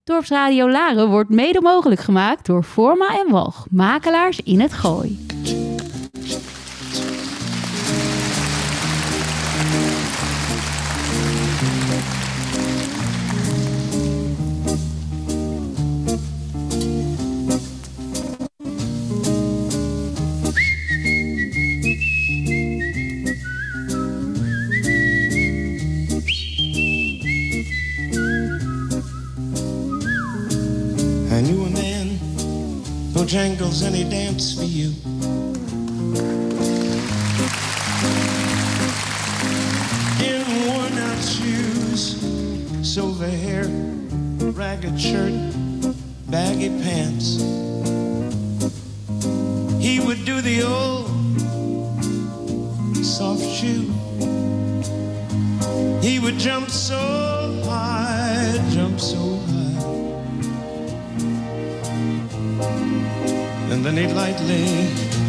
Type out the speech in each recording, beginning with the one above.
Dorpsradio Laren wordt mede mogelijk gemaakt door Forma en Walch, makelaars in het Gooi. I knew a man, Bojangles, and he danced for you. In worn-out shoes, silver hair, ragged shirt, baggy pants. He would do the old soft shoe. He would jump so high, jump so high. And then he'd lightly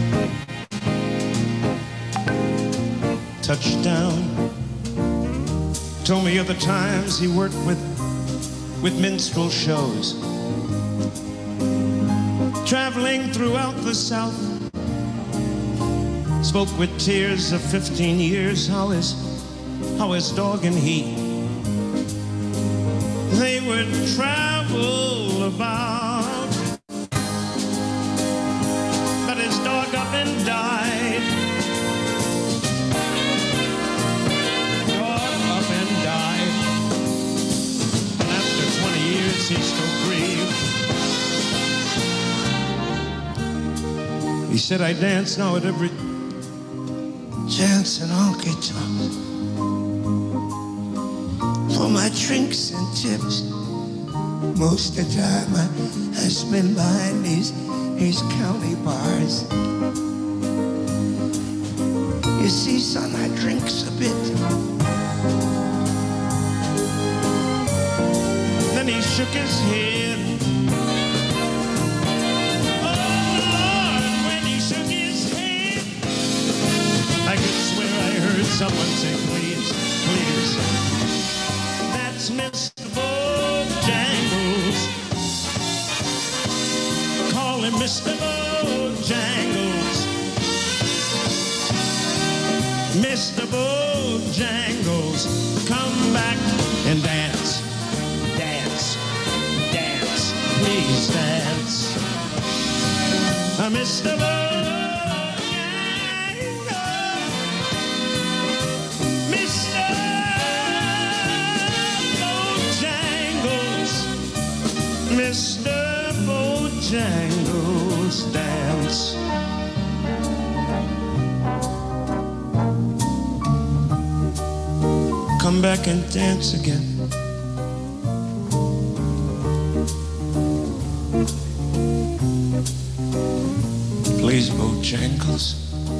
touch down. Told me other times he worked with minstrel shows, traveling throughout the South. Spoke with tears of 15 years how his dog and he, they would travel about. But his dog up and died. Dog up and died. And after 20 years he still grieved. He said, I dance now at every chance and honky tonk for my drinks and tips. Most of the time I spend behind these county bars. You see, son, I drinks a bit. Then he shook his head. Oh, Lord, when he shook his head, I could swear I heard someone say, please, please. That's Mr. Bojangles. Call him Mr. Bojangles. Mr. Bojangles, come back and dance. Dance, dance, please dance. Mr. Bojangles, Mr. Bojangles, Mr. Bojangles, dance. Come back and dance again. Please, Bojangles.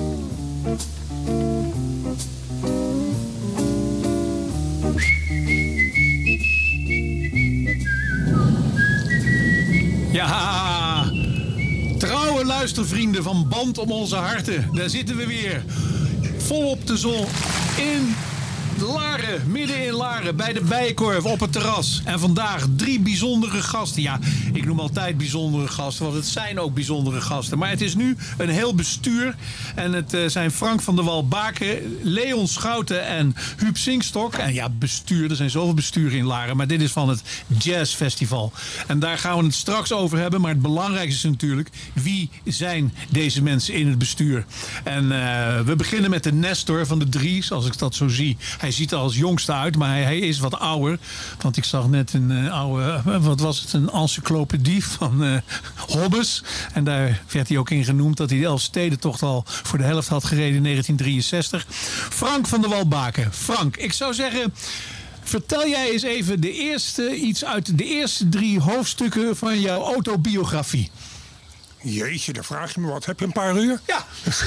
Ja, trouwe luistervrienden van Band om onze harten. Daar zitten we weer. Volop de zon in Laren, midden in Laren, bij de Bijenkorf op het terras. En vandaag 3 bijzondere gasten. Ja, ik noem altijd bijzondere gasten, want het zijn ook bijzondere gasten. Maar het is nu een heel bestuur. En het zijn Frank van der Wal-Baken, Leon Schouten en Huub Singstok. En ja, bestuur, er zijn zoveel besturen in Laren. Maar dit is van het Jazz Festival. En daar gaan we het straks over hebben. Maar het belangrijkste is natuurlijk, wie zijn deze mensen in het bestuur? En we beginnen met de Nestor van de 3, zoals ik dat zo zie. Hij ziet er als jongste uit, maar hij is wat ouder. Want ik zag net een oude, wat was het, een encyclopedie van Hobbes. En daar werd hij ook in genoemd dat hij de Elfstedentocht al voor de helft had gereden in 1963. Frank van der Wal-Baken. Frank, ik zou zeggen, vertel jij eens even iets uit de eerste 3 hoofdstukken van jouw autobiografie. Jeetje, daar vraag je me wat. Heb je een paar uur? Ja.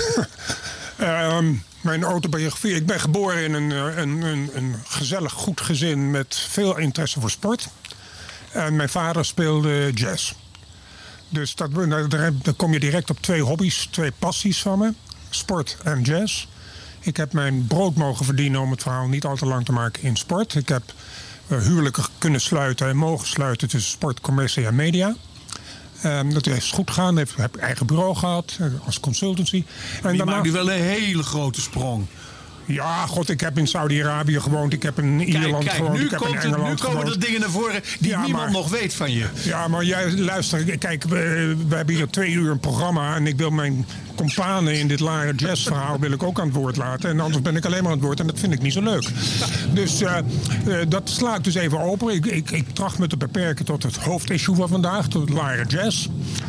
Mijn autobiografie. Ik ben geboren in een gezellig goed gezin met veel interesse voor sport. En mijn vader speelde jazz. Dus daar kom je direct op 2 hobby's, 2 passies van me. Sport en jazz. Ik heb mijn brood mogen verdienen, om het verhaal niet al te lang te maken, in sport. Ik heb huwelijken kunnen sluiten en mogen sluiten tussen sport, commercie en media. Dat is goed gegaan. Heb eigen bureau gehad als consultancy. En Die maakt nu wel een hele grote sprong. Ja, god, ik heb in Saudi-Arabië gewoond. Ik heb in Ierland gewoond. Ik heb in Engeland gewoond. Nu komen er dingen naar voren die niemand nog weet van je. Ja, maar jij, luister. Kijk, we hebben hier 2 uur een programma. En ik wil mijn companen in dit Lara Jazz verhaal wil ik ook aan het woord laten. En anders ben ik alleen maar aan het woord. En dat vind ik niet zo leuk. Dus dat sla ik dus even open. Ik tracht me te beperken tot het hoofdissue van vandaag. Tot Lara Jazz.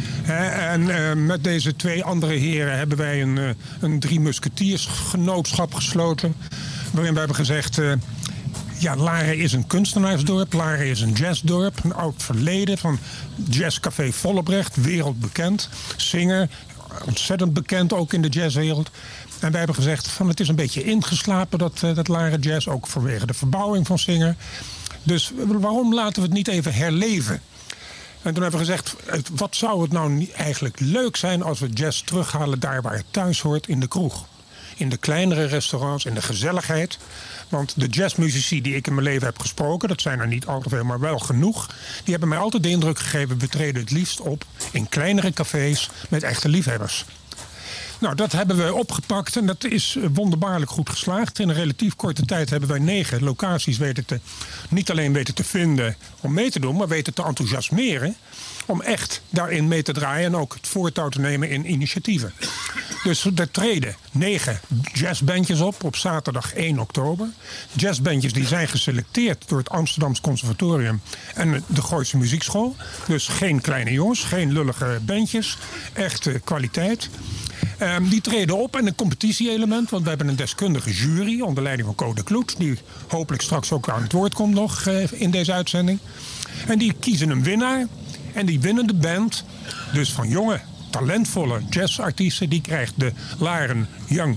En met deze 2 andere heren hebben wij een 3 musketiersgenootschap gesloten. Waarin we hebben gezegd... Lara is een kunstenaarsdorp. Lara is een jazzdorp. Een oud verleden van Jazzcafé Vollebrecht. Wereldbekend. Singer. Ontzettend bekend ook in de jazzwereld. En wij hebben gezegd van het is een beetje ingeslapen dat Lara Jazz. Ook vanwege de verbouwing van Singer. Dus waarom laten we het niet even herleven? En toen hebben we gezegd, wat zou het nou eigenlijk leuk zijn als we jazz terughalen daar waar het thuis hoort, in de kroeg. In de kleinere restaurants, in de gezelligheid. Want de jazzmuzici die ik in mijn leven heb gesproken, dat zijn er niet al te veel, maar wel genoeg. Die hebben mij altijd de indruk gegeven, we treden het liefst op in kleinere cafés met echte liefhebbers. Nou, dat hebben we opgepakt en dat is wonderbaarlijk goed geslaagd. In een relatief korte tijd hebben wij 9 locaties niet alleen weten te vinden om mee te doen, maar weten te enthousiasmeren om echt daarin mee te draaien en ook het voortouw te nemen in initiatieven. Dus er treden 9 jazzbandjes op zaterdag 1 oktober. Jazzbandjes die zijn geselecteerd door het Amsterdamse Conservatorium en de Gooise Muziekschool. Dus geen kleine jongens, geen lullige bandjes, echte kwaliteit. Die treden op en een competitie-element, want we hebben een deskundige jury onder leiding van Code Kloet, die hopelijk straks ook aan het woord komt nog in deze uitzending. En die kiezen een winnaar. En die winnende band, dus van jonge, talentvolle jazzartiesten, die krijgt de Laren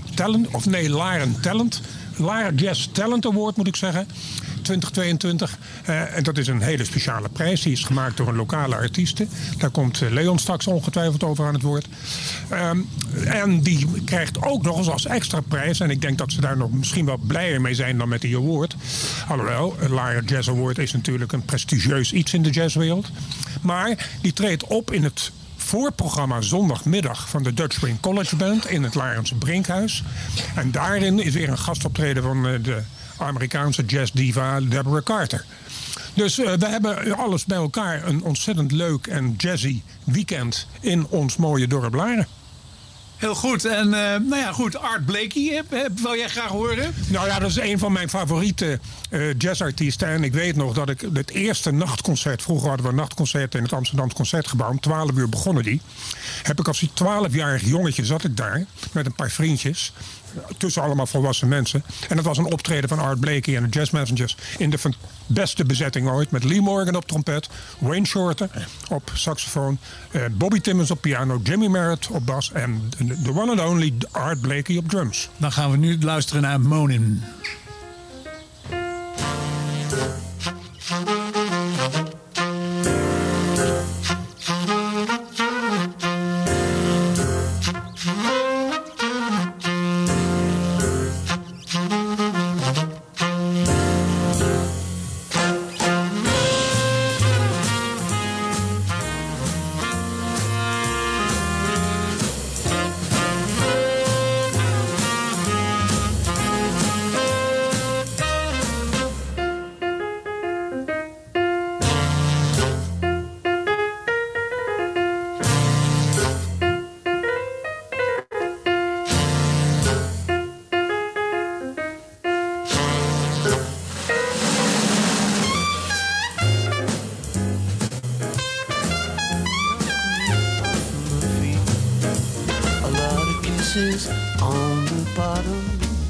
Talent, Lara Jazz Talent Award moet ik zeggen, 2022. En dat is een hele speciale prijs. Die is gemaakt door een lokale artieste. Daar komt Leon straks ongetwijfeld over aan het woord. En die krijgt ook nog eens als extra prijs, en ik denk dat ze daar nog misschien wel blijer mee zijn dan met die award. Alhoewel, Lara Jazz Award is natuurlijk een prestigieus iets in de jazzwereld. Maar die treedt op in het voorprogramma zondagmiddag van de Dutch Swing College Band in het Larense Brinkhuis. En daarin is weer een gastoptreden van de Amerikaanse jazzdiva Deborah Carter. Dus we hebben alles bij elkaar een ontzettend leuk en jazzy weekend in ons mooie dorp Laren. Heel goed. En goed, Art Blakey wil jij graag horen? Nou ja, dat is een van mijn favoriete jazzartiesten. En ik weet nog dat ik het eerste nachtconcert, vroeger hadden we een nachtconcert in het Amsterdamse Concertgebouw. Om 12 uur begonnen die. Heb ik als 12-jarig jongetje zat ik daar met een paar vriendjes. Tussen allemaal volwassen mensen. En dat was een optreden van Art Blakey en de Jazz Messengers in de beste bezetting ooit. Met Lee Morgan op trompet, Wayne Shorter op saxofoon, Bobby Timmons op piano, Jimmy Merritt op bas en de one and only Art Blakey op drums. Dan gaan we nu luisteren naar Monin. On the bottom,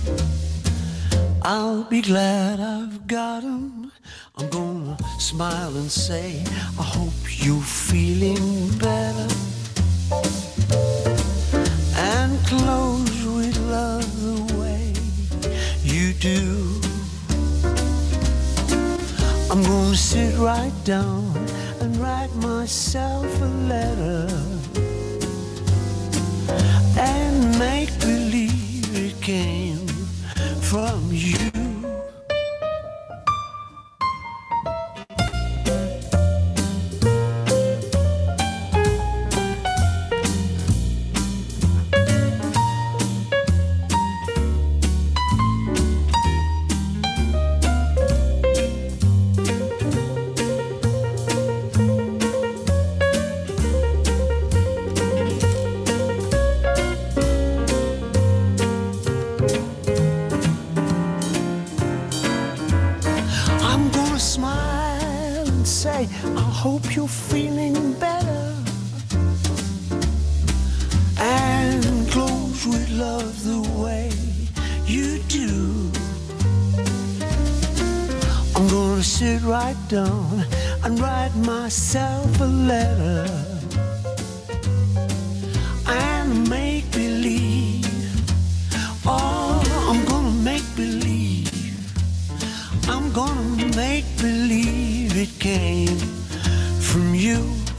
I'll be glad I've got 'em. I'm gonna smile and say, I hope you're feeling better. And close with love the way you do. I'm gonna sit right down and write myself a letter. And make believe it came from you. hope you're feeling better and close with love the way you do. I'm gonna sit right down and write myself a letter and make believe. Oh, I'm gonna make believe. I'm gonna make believe it came from you.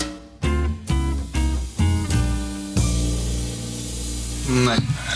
Nee.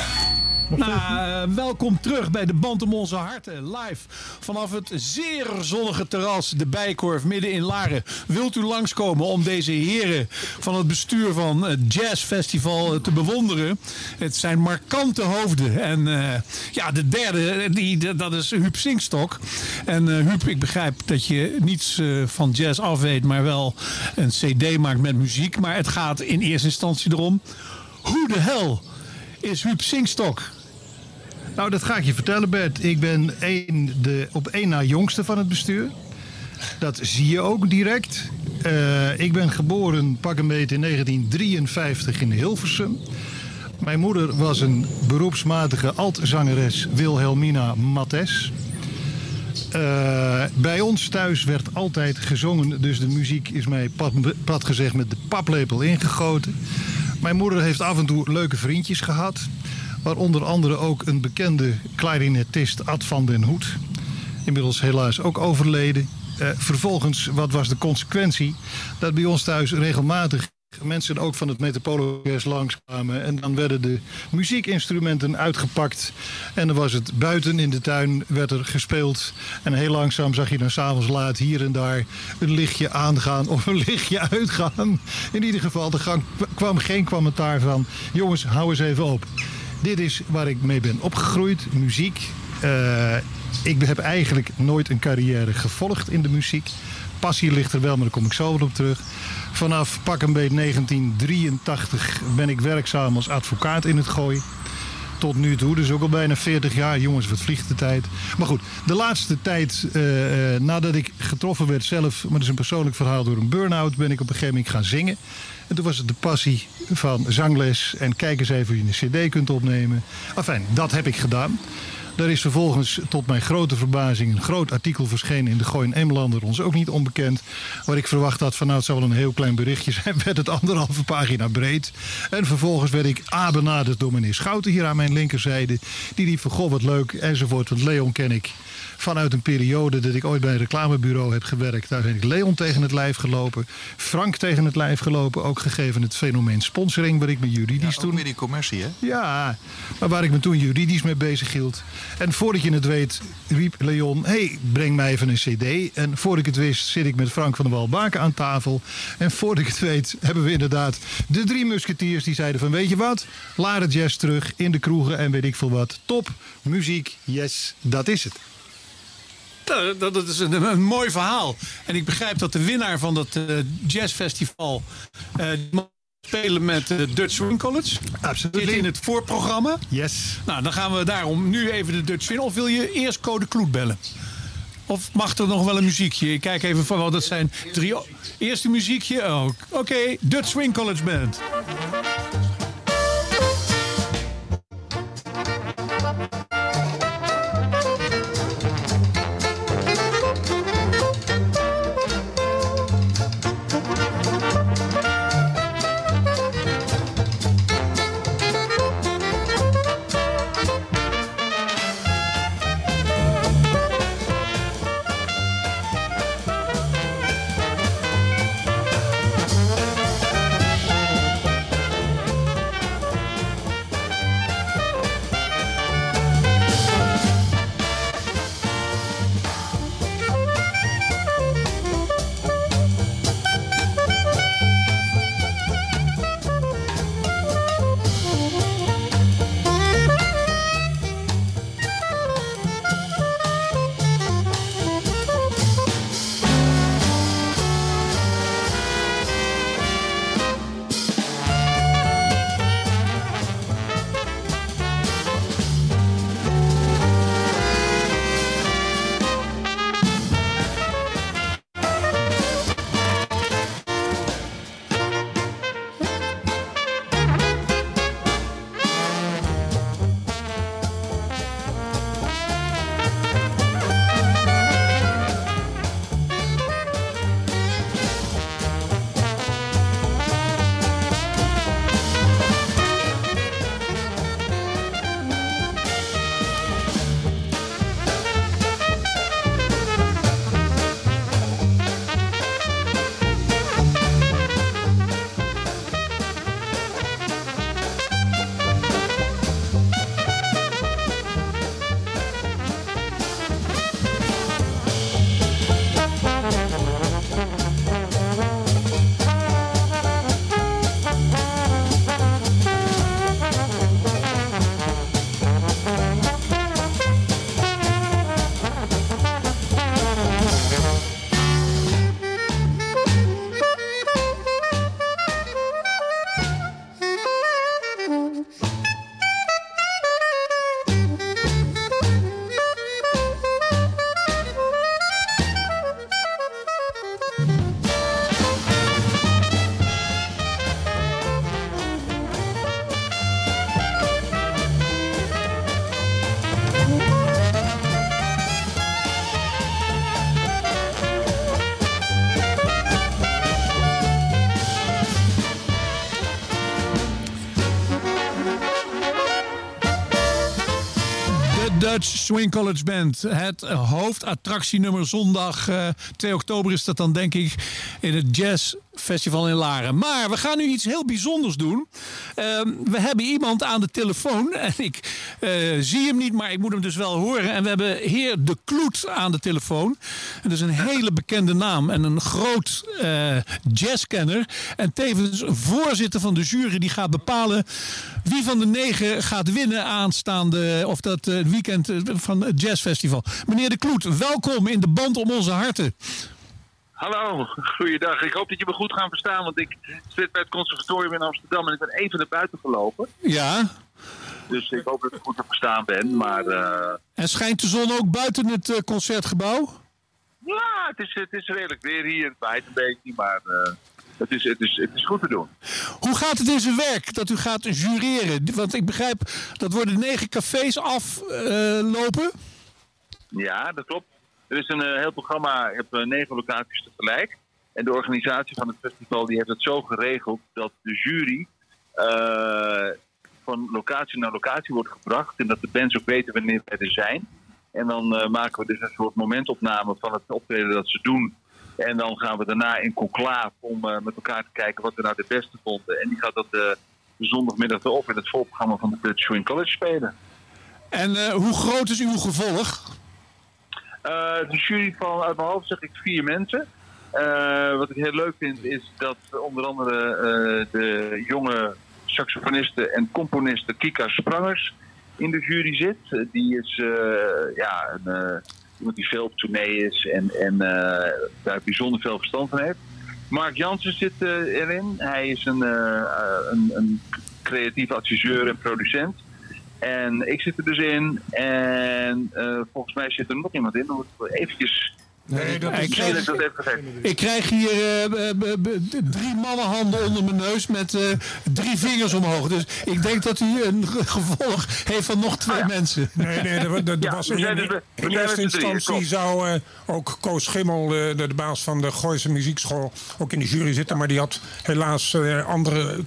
Welkom terug bij de Band om onze harten. Live vanaf het zeer zonnige terras De Bijkorf midden in Laren. Wilt u langskomen om deze heren van het bestuur van het Jazzfestival te bewonderen? Het zijn markante hoofden. En de derde, dat is Huub Singstok. En Huub, ik begrijp dat je niets van jazz af weet, maar wel een cd maakt met muziek. Maar het gaat in eerste instantie erom, hoe de hel is Huub Singstok? Nou, dat ga ik je vertellen, Bert. Ik ben op één na jongste van het bestuur. Dat zie je ook direct. Ik ben geboren pak een beetje in 1953 in Hilversum. Mijn moeder was een beroepsmatige altzangeres, Wilhelmina Mattes. Bij ons thuis werd altijd gezongen, dus de muziek is mij plat gezegd met de paplepel ingegoten. Mijn moeder heeft af en toe leuke vriendjes gehad. Waaronder andere ook een bekende klarinetist Ad van den Hoed. Inmiddels helaas ook overleden. Vervolgens, wat was de consequentie? Dat bij ons thuis regelmatig mensen ook van het Metropoolorkest langskwamen. En dan werden de muziekinstrumenten uitgepakt. En dan was het buiten in de tuin, werd er gespeeld. En heel langzaam zag je dan 's avonds laat hier en daar een lichtje aangaan of een lichtje uitgaan. In ieder geval, er kwam geen commentaar van: jongens, hou eens even op. Dit is waar ik mee ben opgegroeid, muziek. Ik heb eigenlijk nooit een carrière gevolgd in de muziek. Passie ligt er wel, maar daar kom ik zo weer op terug. Vanaf pak een beetje 1983 ben ik werkzaam als advocaat in het Gooi. Tot nu toe, dus ook al bijna 40 jaar. Jongens, wat vliegt de tijd. Maar goed, de laatste tijd, nadat ik getroffen werd zelf, maar dat is een persoonlijk verhaal, door een burn-out, ben ik op een gegeven moment gaan zingen. En toen was het de passie van zangles en kijk eens even of je een cd kunt opnemen. Enfin, dat heb ik gedaan. Daar is vervolgens tot mijn grote verbazing een groot artikel verschenen in de Gooi en Eemlander, ons ook niet onbekend. Waar ik verwacht had van nou, het zou wel een heel klein berichtje zijn, werd het 1,5 pagina breed. En vervolgens werd ik benaderd door meneer Schouten hier aan mijn linkerzijde. Die riep van goh, wat leuk enzovoort, want Leon ken ik vanuit een periode dat ik ooit bij een reclamebureau heb gewerkt. Daar ben ik Leon tegen het lijf gelopen. Frank tegen het lijf gelopen. Ook gegeven het fenomeen sponsoring waar ik me juridisch toen... Ook weer die commercie, hè? Ja, maar waar ik me toen juridisch mee bezig hield. En voordat je het weet riep Leon, hey, breng mij even een cd. En voordat ik het wist zit ik met Frank van der Walbaken aan tafel. En voordat ik het weet hebben we inderdaad de 3 musketiers die zeiden van weet je wat? Laren Jazz terug in de kroegen en weet ik veel wat. Top, muziek, yes, dat is het. Dat is een mooi verhaal. En ik begrijp dat de winnaar van dat jazzfestival spelen met Dutch Swing College. Absoluut. Zit in het voorprogramma. Yes. Nou, dan gaan we daarom nu even de Dutch Swing. Of wil je eerst Code Kloet bellen? Of mag er nog wel een muziekje? Ik kijk even van, dat zijn 3... Eerste muziekje. Oh, oké, Dutch Swing College Band. Dutch Swing College Band. Het hoofdattractienummer zondag 2 oktober is dat dan, denk ik, in het Jazz Festival in Laren. Maar we gaan nu iets heel bijzonders doen. We hebben iemand aan de telefoon. En ik zie hem niet, maar ik moet hem dus wel horen. En we hebben heer De Kloet aan de telefoon. En dat is een hele bekende naam. En een groot jazzkenner. En tevens voorzitter van de jury die gaat bepalen wie van de 9 gaat winnen aanstaande, of dat weekend van het Jazzfestival. Meneer De Kloet, welkom in de Band om onze harten. Hallo, goeiedag. Ik hoop dat je me goed gaat verstaan, want ik zit bij het conservatorium in Amsterdam en ik ben even naar buiten gelopen. Ja. Dus ik hoop dat ik goed te verstaan ben, maar... En schijnt de zon ook buiten het concertgebouw? Ja, het is redelijk weer hier. Het waait een beetje, maar het is goed te doen. Hoe gaat het in zijn werk dat u gaat jureren? Want ik begrijp, dat worden 9 cafés aflopen. Ja, dat klopt. Er is een heel programma, je hebt 9 locaties tegelijk. En de organisatie van het festival die heeft het zo geregeld dat de jury van locatie naar locatie wordt gebracht. En dat de bands ook weten wanneer wij er zijn. En dan maken we dus een soort momentopname van het optreden dat ze doen. En dan gaan we daarna in conclave om met elkaar te kijken wat we nou de beste vonden. En die gaat dat de zondagmiddag erop in het voorprogramma van de Dutch Swing College spelen. En hoe groot is uw gevolg? De jury van, uit mijn hoofd zeg ik 4 mensen. Wat ik heel leuk vind is dat onder andere de jonge saxofoniste en componiste Kika Sprangers in de jury zit. Die is iemand die veel op tournee is en daar bijzonder veel verstand van heeft. Mark Jansen zit erin. Hij is een creatief adviseur en producent. En ik zit er dus in. En volgens mij zit er nog iemand in. Dan moet ik eventjes... Nee, dat is ik krijg hier 3 mannenhanden onder mijn neus met 3 vingers omhoog. Dus ik denk dat u een gevolg heeft van nog 2 mensen. Nee, was in eerste instantie zou ook Koos Schimmel, de baas van de Gooise Muziekschool, ook in de jury zitten. Maar die had helaas andere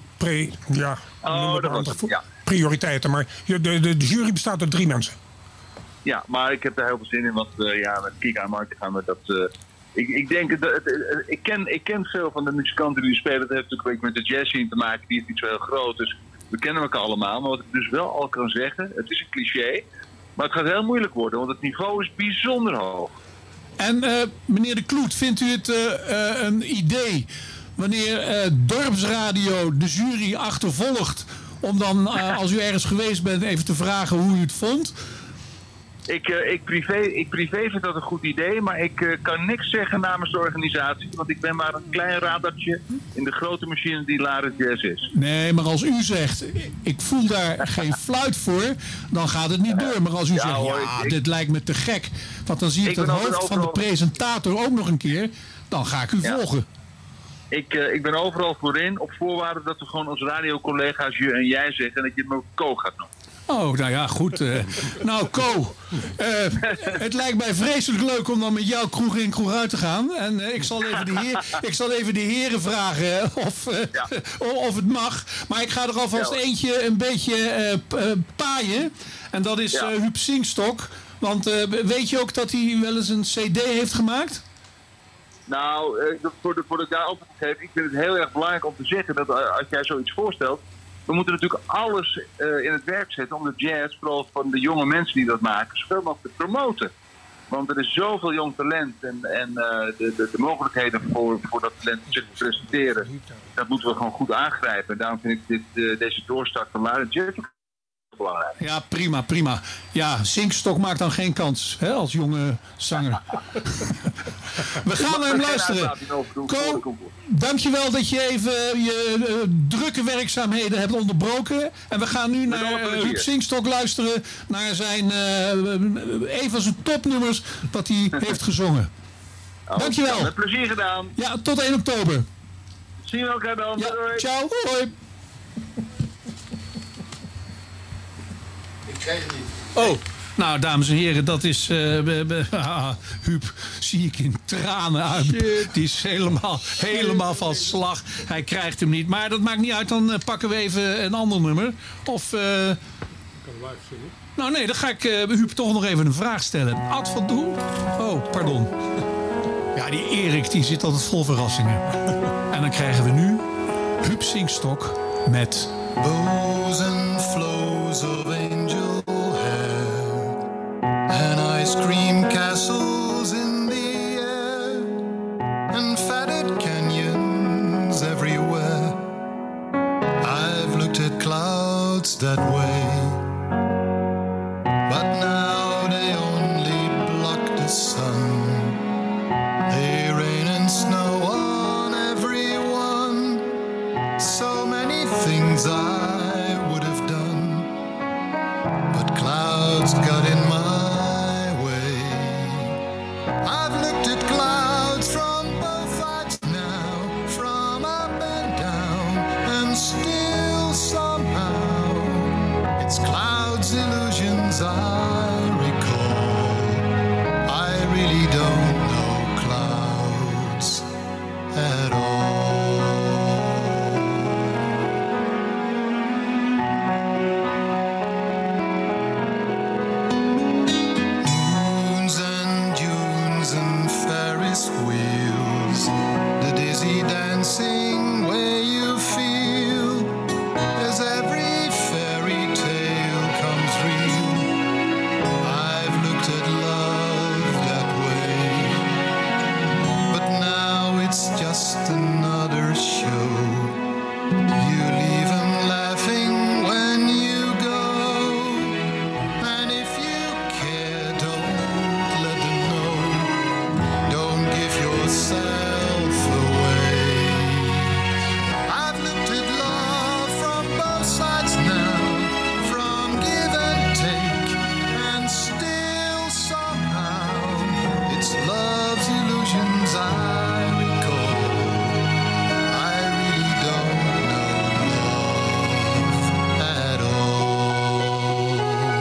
prioriteiten. Maar de jury bestaat uit 3 mensen. Ja, maar ik heb daar heel veel zin in, want met Kika en Mark gaan we dat... Ik denk, ik ken veel van de muzikanten die spelen. Dat heeft natuurlijk een beetje met de jazz scene te maken. Die is niet zo heel groot, dus we kennen elkaar allemaal. Maar wat ik dus wel al kan zeggen, het is een cliché. Maar het gaat heel moeilijk worden, want het niveau is bijzonder hoog. En meneer De Kloet, vindt u het een idee wanneer Dorpsradio de jury achtervolgt om dan, als u ergens geweest bent, even te vragen hoe u het vond? Ik privé vind dat een goed idee, maar ik kan niks zeggen namens de organisatie. Want ik ben maar een klein radartje in de grote machine die Laren Jazz is. Nee, maar als u zegt, ik voel daar geen fluit voor, dan gaat het niet door. Maar als u zegt, dit lijkt me te gek, want dan zie ik het hoofd van de presentator ook nog een keer, dan ga ik u volgen. Ik ben overal voorin, op voorwaarde dat we gewoon als radiocollega's je en jij zeggen en dat je het me Ko gaat noemen. Oh, nou ja, goed. Nou, Ko, het lijkt mij vreselijk leuk om dan met jou kroeg in kroeg uit te gaan. En ik zal even de heren vragen of het mag. Maar ik ga er alvast eentje een beetje paaien. En dat is Huub Singstock. Want weet je ook dat hij wel eens een cd heeft gemaakt? Nou, voor de daar op te geven, ik vind het heel erg belangrijk om te zeggen dat als jij zoiets voorstelt, we moeten natuurlijk alles in het werk zetten om de jazz, vooral van de jonge mensen die dat maken, zoveel mogelijk te promoten. Want er is zoveel jong talent en de mogelijkheden voor dat talent te presenteren, dat moeten we gewoon goed aangrijpen. En daarom vind ik deze doorstart van Laren Jazz belangrijk. Ja, prima. Ja, Singstock maakt dan geen kans, hè, als jonge zanger. We gaan naar hem luisteren. Ko, dankjewel dat je even je drukke werkzaamheden hebt onderbroken. En we gaan nu naar Huub Singstock luisteren, naar zijn een van zijn topnummers wat hij heeft gezongen. Dankjewel. Met plezier gedaan. Ja, tot 1 oktober. Zien we elkaar dan. Ja, doei. Ciao. Hoi. Oh, nou dames en heren, dat is Huub, zie ik in tranen uit. Shit. Die is helemaal van slag. Hij krijgt hem niet, maar dat maakt niet uit. Dan pakken we even een ander nummer. Of Nou nee, dan ga ik Huub toch nog even een vraag stellen. Ad van Doel? Oh, pardon. Ja, die Erik die zit altijd vol verrassingen. En dan krijgen we nu Huub Singstok met... Bows and flows of angel hair and ice cream castles in the air and fatted canyons everywhere. I've looked at clouds that way, but now they only block the sun. They rain and snow on everyone. So many things I would have done, but clouds got in my way. I've looked at clouds from both sides now, from up and down, and still somehow it's clouds' illusions I recall. I really don't know clouds at all. Wheels, the dizzy dancing way you feel as every fairy tale comes real. I've looked at love that way, but now it's just another show. You leave 'em laughing when you go, and if you care, don't let them know. Give yourself away. I've looked at love from both sides now, from give and take, and still somehow it's love's illusions I recall. I really don't know love at all.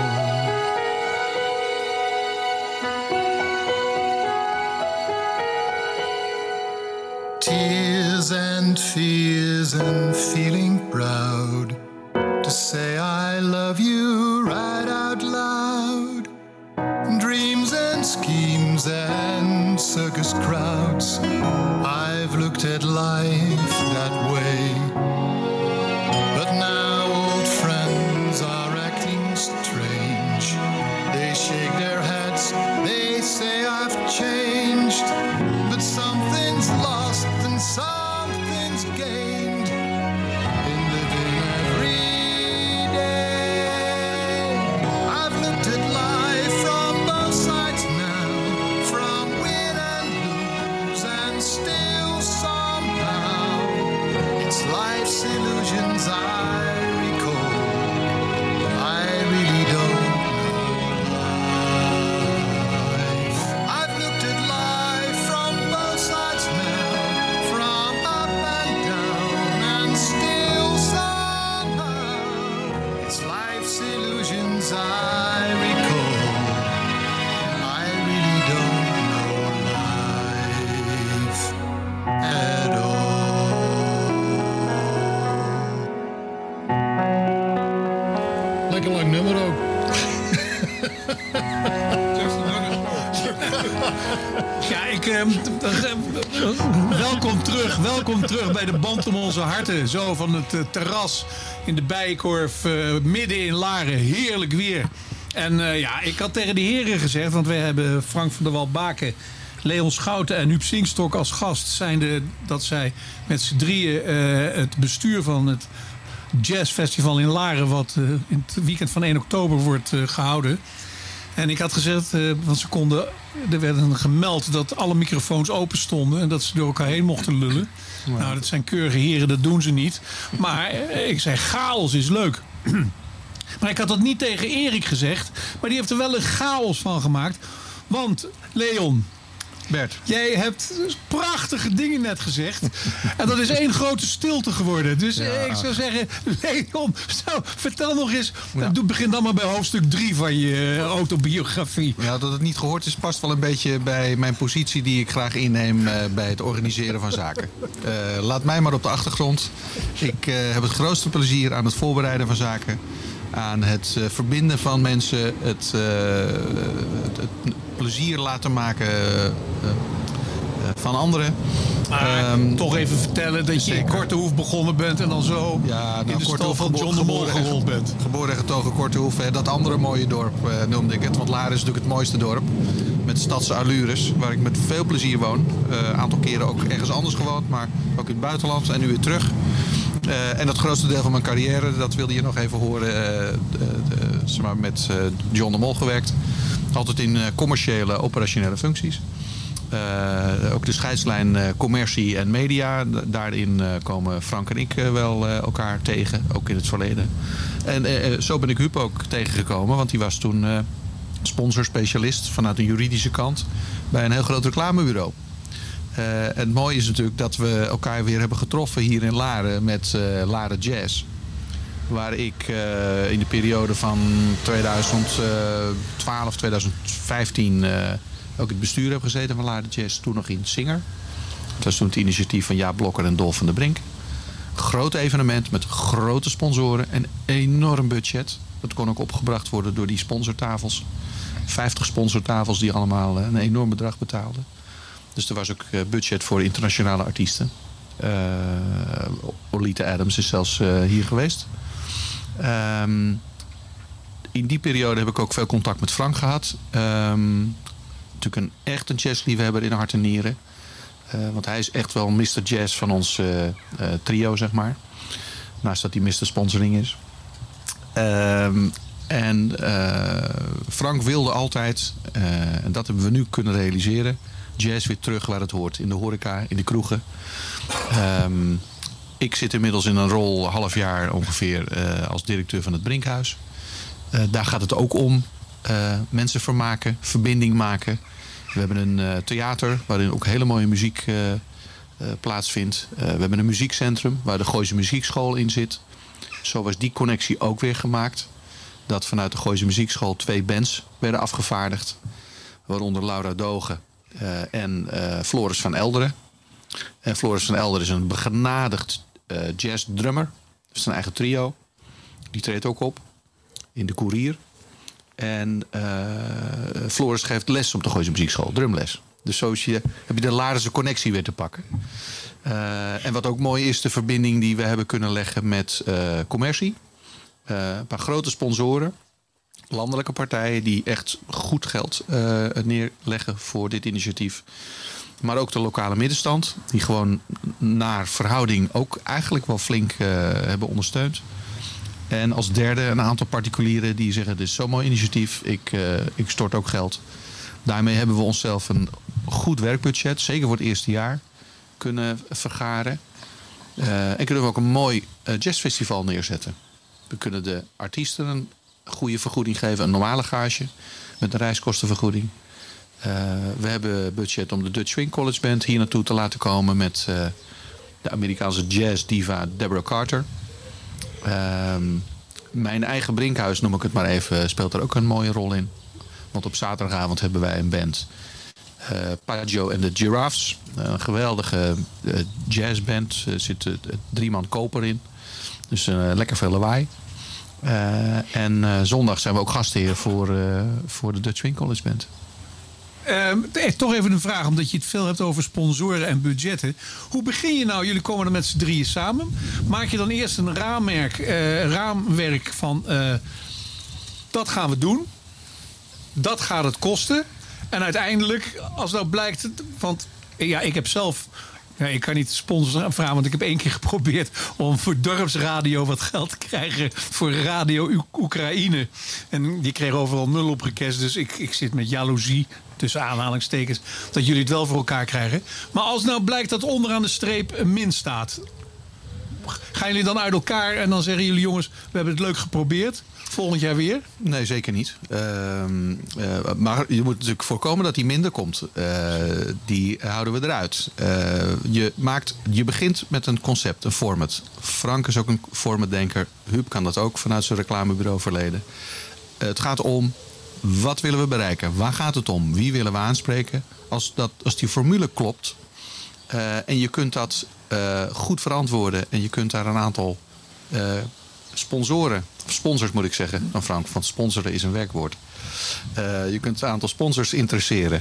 Tears and fears and feeling proud to say I love you right out loud. Dreams and schemes and circus crowds. I've looked at life that way, but now old friends are acting strange. They shake their heads, they say I've changed, but something's lost and something's gained in living every day. I've looked at life from both sides now, from win and lose, and still somehow it's life's illusions I recall. I really don't know life. I've looked at life from both sides now, from up and down, and still somehow it's life's illusions I recall. I really don't know life at all. Lekker lang nummer ook. Ja, welkom terug bij de Band om onze harten. Zo van het terras in de Bijenkorf, midden in Laren. Heerlijk weer. En ik had tegen de heren gezegd, want wij hebben Frank van der Wal-Baken, Leon Schouten en Huub Singstok als gast, zijnde dat zij met z'n drieën het bestuur van het jazzfestival in Laren, wat in het weekend van 1 oktober wordt gehouden. En ik had gezegd, want er werd gemeld dat alle microfoons open stonden en dat ze door elkaar heen mochten lullen. Wow. Nou, dat zijn keurige heren, dat doen ze niet. Maar ik zei, chaos is leuk. Maar ik had dat niet tegen Erik gezegd, maar die heeft er wel een chaos van gemaakt. Want, Leon, Bert, jij hebt prachtige dingen net gezegd. En dat is één grote stilte geworden. Dus ik zou zeggen, Leon, vertel nog eens. Ja. Begin dan maar bij hoofdstuk 3 van je autobiografie. Ja, dat het niet gehoord is, past wel een beetje bij mijn positie die ik graag inneem bij het organiseren van zaken. Laat mij maar op de achtergrond. Ik heb het grootste plezier aan het voorbereiden van zaken. aan het verbinden van mensen, het plezier laten maken van anderen. Toch even vertellen dat je in Kortehoef begonnen bent en dan zo in de stal van John de Mol gerold bent. Geboren en getogen Kortehoef. Dat andere mooie dorp noemde ik het. Want Laren is natuurlijk het mooiste dorp. Met stadse allures, waar ik met veel plezier woon. Een aantal keren ook ergens anders gewoond, maar ook in het buitenland en nu weer terug. En het grootste deel van mijn carrière, dat wilde je nog even horen, met John de Mol gewerkt. Altijd in commerciële, operationele functies. Ook de scheidslijn commercie en media. Daarin komen Frank en ik wel elkaar tegen, ook in het verleden. En zo ben ik Huub ook tegengekomen, want die was toen sponsorspecialist vanuit de juridische kant bij een heel groot reclamebureau. En het mooie is natuurlijk dat we elkaar weer hebben getroffen hier in Laren met Laren Jazz. Waar ik in de periode van 2012, 2015 ook in het bestuur heb gezeten van Laren Jazz. Toen nog in Singer. Dat was toen het initiatief van Jaap Blokker en Dolf van der Brink. Groot evenement met grote sponsoren en enorm budget. Dat kon ook opgebracht worden door die sponsortafels. 50 sponsortafels die allemaal een enorm bedrag betaalden. Dus er was ook budget voor internationale artiesten. Olita Adams is zelfs hier geweest. In die periode heb ik ook veel contact met Frank gehad. Natuurlijk echt een jazzliefhebber in hart en nieren. Want hij is echt wel Mr. Jazz van ons trio, zeg maar. Naast dat hij Mr. Sponsoring is. Frank wilde altijd, en dat hebben we nu kunnen realiseren, jazz weer terug waar het hoort. In de horeca, in de kroegen. Ik zit inmiddels in een rol, half jaar ongeveer, als directeur van het Brinkhuis. Daar gaat het ook om. Mensen vermaken, verbinding maken. We hebben een theater waarin ook hele mooie muziek plaatsvindt. We hebben een muziekcentrum waar de Gooise Muziekschool in zit. Zo was die connectie ook weer gemaakt. Dat vanuit de Gooise Muziekschool 2 bands werden afgevaardigd. Waaronder Laura Dogen en Floris van Elderen. En Floris van Elderen is een begenadigd jazzdrummer. Dat is zijn eigen trio. Die treedt ook op in de Courier. En Floris geeft les op de Gooise Muziekschool, drumles. Dus zo heb je de Larense connectie weer te pakken. En wat ook mooi is, de verbinding die we hebben kunnen leggen met commercie. Een paar grote sponsoren, landelijke partijen die echt goed geld neerleggen voor dit initiatief. Maar ook de lokale middenstand, die gewoon naar verhouding ook eigenlijk wel flink hebben ondersteund. En als derde een aantal particulieren die zeggen, dit is zo'n mooi initiatief, ik stort ook geld. Daarmee hebben we onszelf een goed werkbudget, zeker voor het eerste jaar, kunnen vergaren. En kunnen we ook een mooi jazzfestival neerzetten. We kunnen de artiesten een goede vergoeding geven, een normale gage met een reiskostenvergoeding. We hebben budget om de Dutch Swing College Band hier naartoe te laten komen met de Amerikaanse jazz diva Deborah Carter. Mijn eigen Brinkhuis, noem ik het maar even, speelt er ook een mooie rol in. Want op zaterdagavond hebben wij een band. Paggio en de Giraffes. Een geweldige jazzband. Er zit 3 man koper in. Dus lekker veel lawaai. Zondag zijn we ook gastheer voor de Dutch Swing College Band. Toch even een vraag, omdat je het veel hebt over sponsoren en budgetten. Hoe begin je nou? Jullie komen er met z'n drieën samen. Maak je dan eerst een raamwerk van dat gaan we doen. Dat gaat het kosten. En uiteindelijk, als nou blijkt, want ja, ik heb zelf, ik kan niet sponsoren vragen, want ik heb 1 keer geprobeerd om voor dorpsradio wat geld te krijgen voor Radio Oekraïne. En die kreeg overal 0 op request, dus ik zit met jaloezie, tussen aanhalingstekens, dat jullie het wel voor elkaar krijgen. Maar als nou blijkt dat onderaan de streep een min staat, gaan jullie dan uit elkaar en dan zeggen jullie, jongens, we hebben het leuk geprobeerd, volgend jaar weer? Nee, zeker niet. Maar je moet natuurlijk voorkomen dat die minder komt. Die houden we eruit. Je begint met een concept, een format. Frank is ook een formatdenker. Huub kan dat ook vanuit zijn reclamebureau verleden. Het gaat om, wat willen we bereiken? Waar gaat het om? Wie willen we aanspreken? Als die formule klopt en je kunt dat goed verantwoorden en je kunt daar een aantal sponsoren, of sponsors moet ik zeggen, dan Frank, want sponsoren is een werkwoord. Je kunt een aantal sponsors interesseren.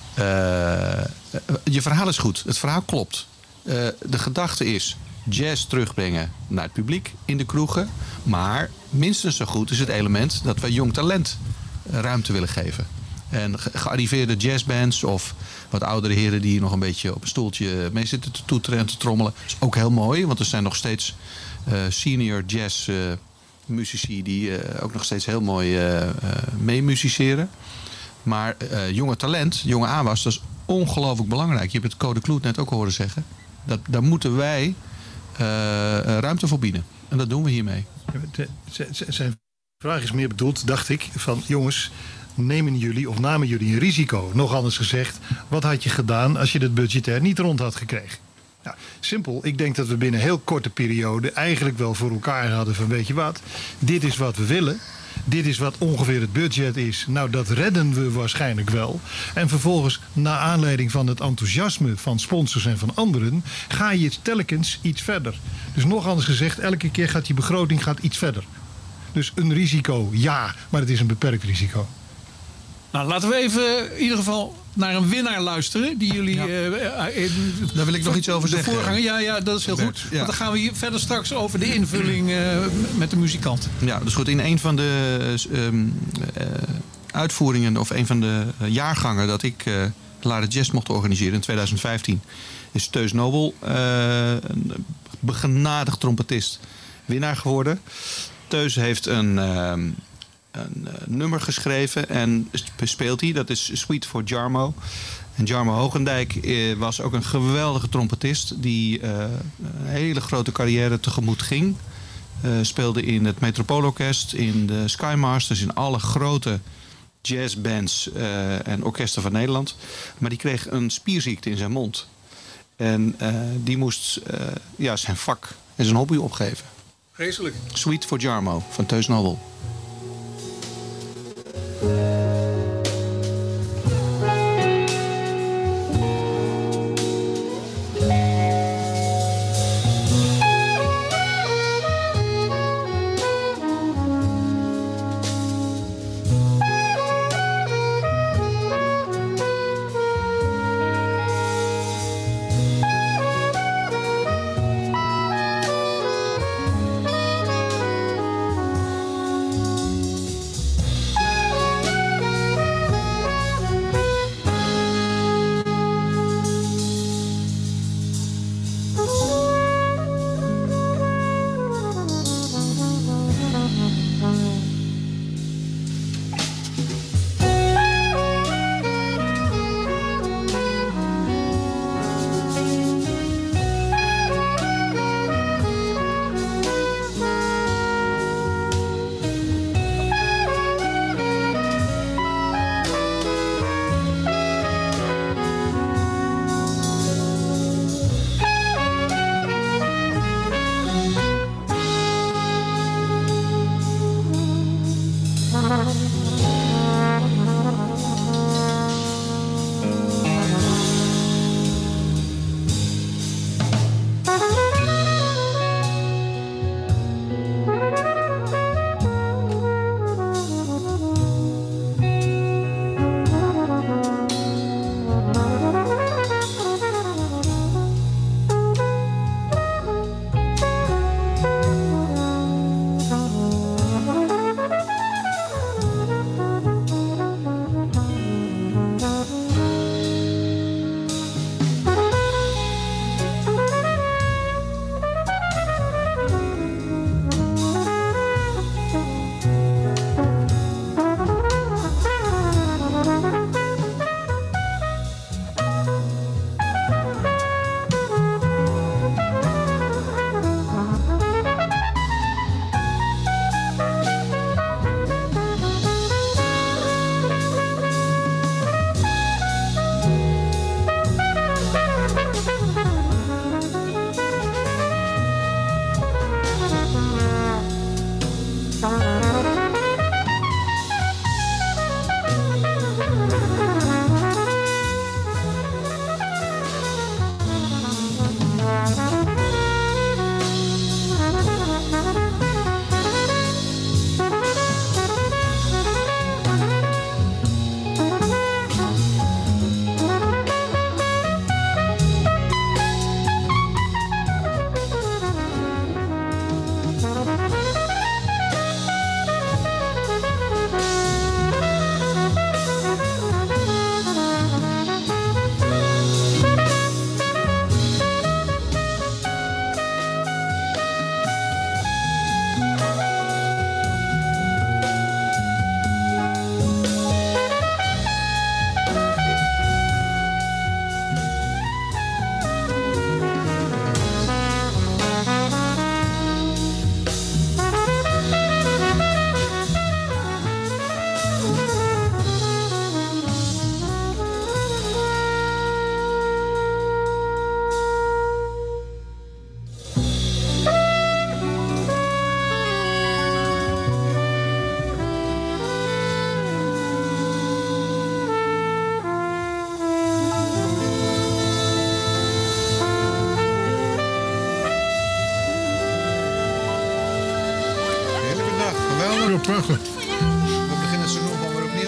Je verhaal is goed, het verhaal klopt. De gedachte is jazz terugbrengen naar het publiek in de kroegen. Maar minstens zo goed is het element dat we jong talent ruimte willen geven. En gearriveerde jazzbands of wat oudere heren die nog een beetje op een stoeltje mee zitten te toeteren en te trommelen. Dat is ook heel mooi, want er zijn nog steeds senior jazz muzici die ook nog steeds heel mooi meemusiceren. Maar jonge talent, jonge aanwas, dat is ongelooflijk belangrijk. Je hebt het Code Kloet net ook horen zeggen. Daar moeten wij ruimte voor bieden. En dat doen we hiermee. Zijn vraag is meer bedoeld, dacht ik, van jongens, namen jullie een risico? Nog anders gezegd, wat had je gedaan als je het budgetair niet rond had gekregen? Nou, simpel. Ik denk dat we binnen een heel korte periode eigenlijk wel voor elkaar hadden van weet je wat, dit is wat we willen. Dit is wat ongeveer het budget is. Nou, dat redden we waarschijnlijk wel. En vervolgens, naar aanleiding van het enthousiasme van sponsors en van anderen, ga je telkens iets verder. Dus nog anders gezegd, elke keer gaat die begroting iets verder. Dus een risico, ja, maar het is een beperkt risico. Nou, laten we even in ieder geval naar een winnaar luisteren. Die jullie... Daar wil ik nog iets over zeggen. Voorganger, ja, dat is heel goed. Ja. Want dan gaan we hier verder straks over de invulling met de muzikant. Ja, dus goed. In een van de uitvoeringen of een van de jaargangen dat ik Laren Jazz mocht organiseren in 2015... is Teus Nobel, een begenadigd trompetist, winnaar geworden. Teus heeft een nummer geschreven en speelt hij. Dat is Suite for Jarmo. En Jarmo Hogendijk was ook een geweldige trompetist die een hele grote carrière tegemoet ging. Speelde in het Metropoolorkest, in de Skymasters, in alle grote jazzbands en orkesten van Nederland. Maar die kreeg een spierziekte in zijn mond. En die moest zijn vak en zijn hobby opgeven. Vreselijk. Suite for Jarmo van Teus Nobel. Ja, prachtig. We beginnen ze nog wel weer opnieuw.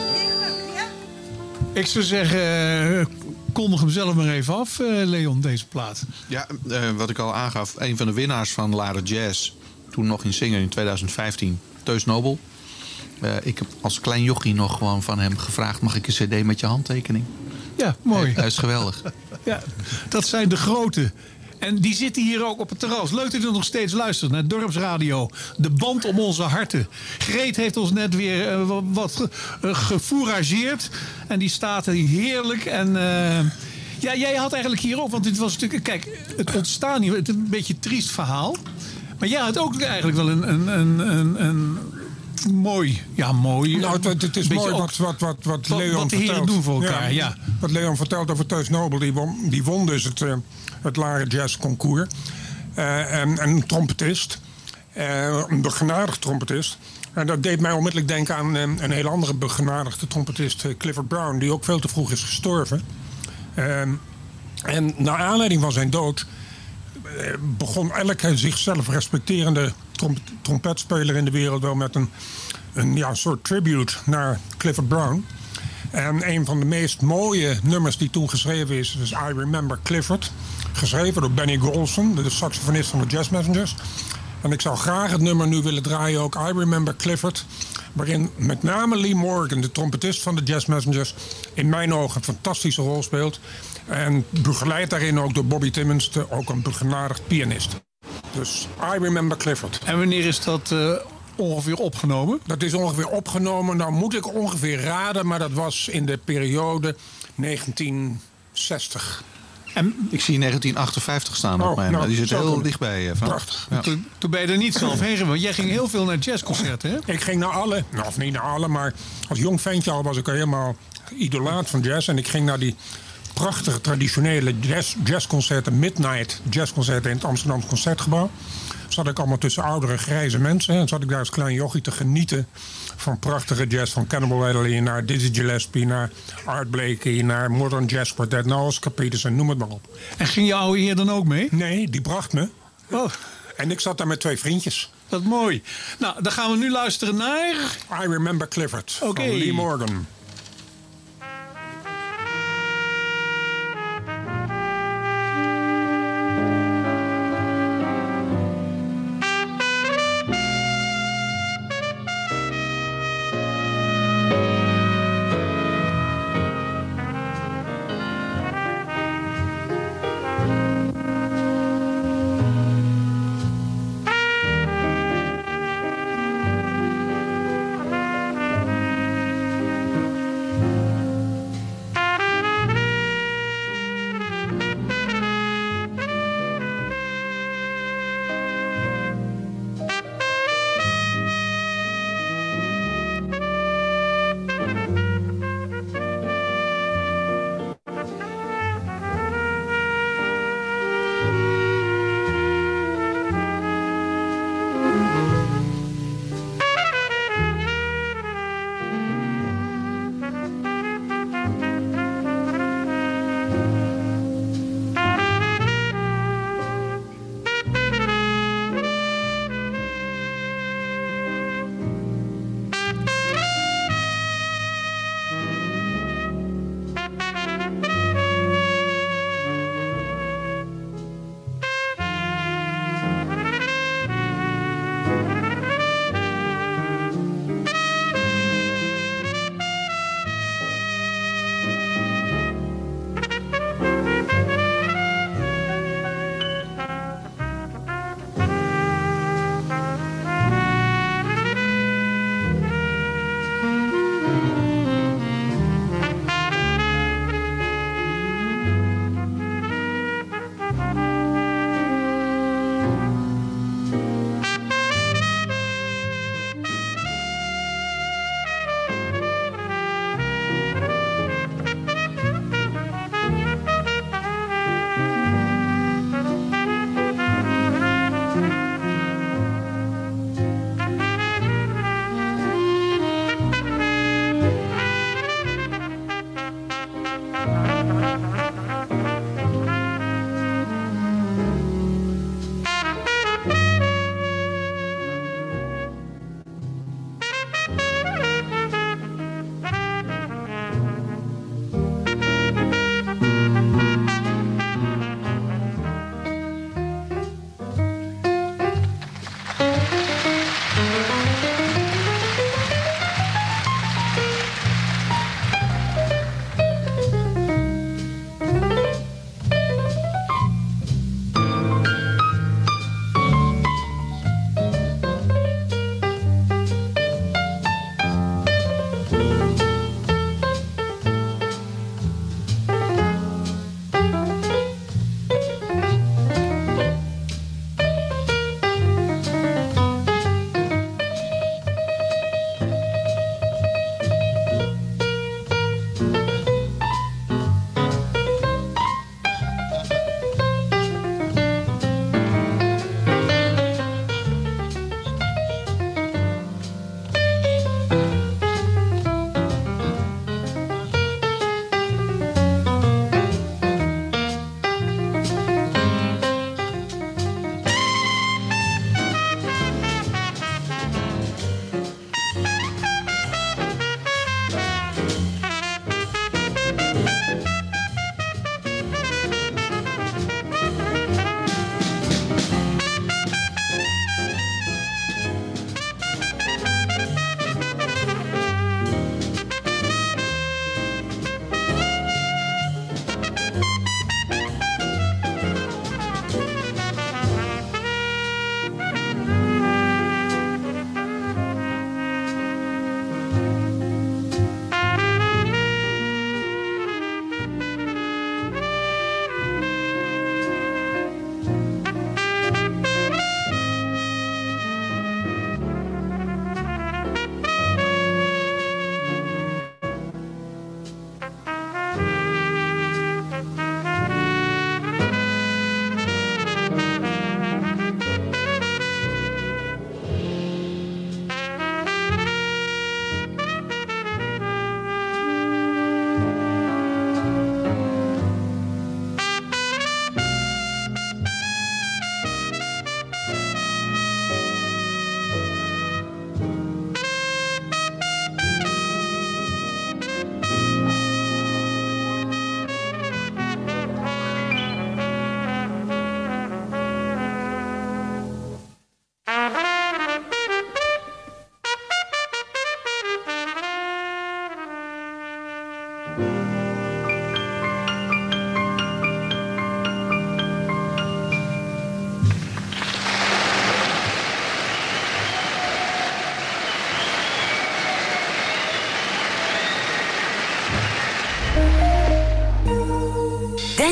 Ik zou zeggen, kondig hem zelf maar even af, Leon, deze plaat. Ja, wat ik al aangaf, een van de winnaars van Laren Jazz, toen nog in Singer in 2015, Teus Nobel. Ik heb als klein jochie nog gewoon van hem gevraagd, mag ik een cd met je handtekening? Ja, mooi. Hij is geweldig. Ja, dat zijn de grote. En die zitten hier ook op het terras. Leuk dat u nog steeds luistert naar Dorpsradio. De band om onze harten. Greet heeft ons net weer wat gefourageerd. En die staat hier heerlijk. En ja, jij had eigenlijk hier ook... Want dit was natuurlijk... Kijk, het ontstaan hier... Het is een beetje een triest verhaal. Maar jij had ook eigenlijk wel een mooi... Ja, mooi. Nou, het is mooi wat Leon wat de heren vertelt. doen voor elkaar, ja. Wat Leon vertelt over Teus Nobel. Die won dus het Laren Jazz Concours. En een trompetist. Een begenadigd trompetist. En dat deed mij onmiddellijk denken aan een heel andere begenadigde trompetist. Clifford Brown. Die ook veel te vroeg is gestorven. En naar aanleiding van zijn dood... begon elke zichzelf respecterende trompetspeler in de wereld wel met een soort tribute naar Clifford Brown. En een van de meest mooie nummers die toen geschreven is I Remember Clifford. Geschreven door Benny Golson, de saxofonist van de Jazz Messengers. En ik zou graag het nummer nu willen draaien, ook I Remember Clifford. Waarin met name Lee Morgan, de trompetist van de Jazz Messengers, in mijn ogen een fantastische rol speelt. En begeleid daarin ook door Bobby Timmons, ook een begenadigd pianist. Dus I Remember Clifford. En wanneer is dat ongeveer opgenomen? Dat is ongeveer opgenomen, nou moet ik ongeveer raden, maar dat was in de periode 1960. En Ik zie 1958 staan op mij. nou, Die zit zou heel kunnen. dichtbij. Prachtig. Ja. toen ben je er niet zelf heen gegaan. Want jij ging heel veel naar jazzconcerten, hè? Ik ging naar alle, of niet naar alle, maar als jong ventje al was ik al helemaal idolaat van jazz. En ik ging naar die prachtige traditionele jazzconcerten, midnight jazzconcerten in het Amsterdamse Concertgebouw. Zat ik allemaal tussen oudere grijze mensen. En zat ik daar als klein jochie te genieten van prachtige jazz. Van Cannibal Adderley naar Dizzy Gillespie, naar Art Blakey, naar Modern Jazz Quartet, naar Oscar Peterson, noem het maar op. En ging je oude heer dan ook mee? Nee, die bracht me. Oh, En ik zat daar met 2 vriendjes. dat is mooi. Nou, dan gaan we nu luisteren naar... I Remember Clifford Oké. van Lee Morgan.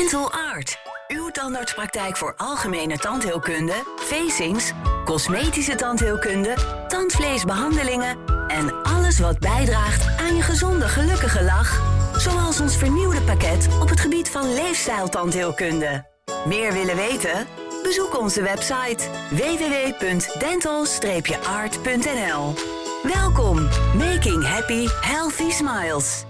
Dental Art. Uw tandartspraktijk voor algemene tandheelkunde, facings, cosmetische tandheelkunde, tandvleesbehandelingen en alles wat bijdraagt aan je gezonde, gelukkige lach. Zoals ons vernieuwde pakket op het gebied van leefstijltandheelkunde. Meer willen weten? Bezoek onze website www.dental-art.nl. Welkom, making happy, healthy smiles.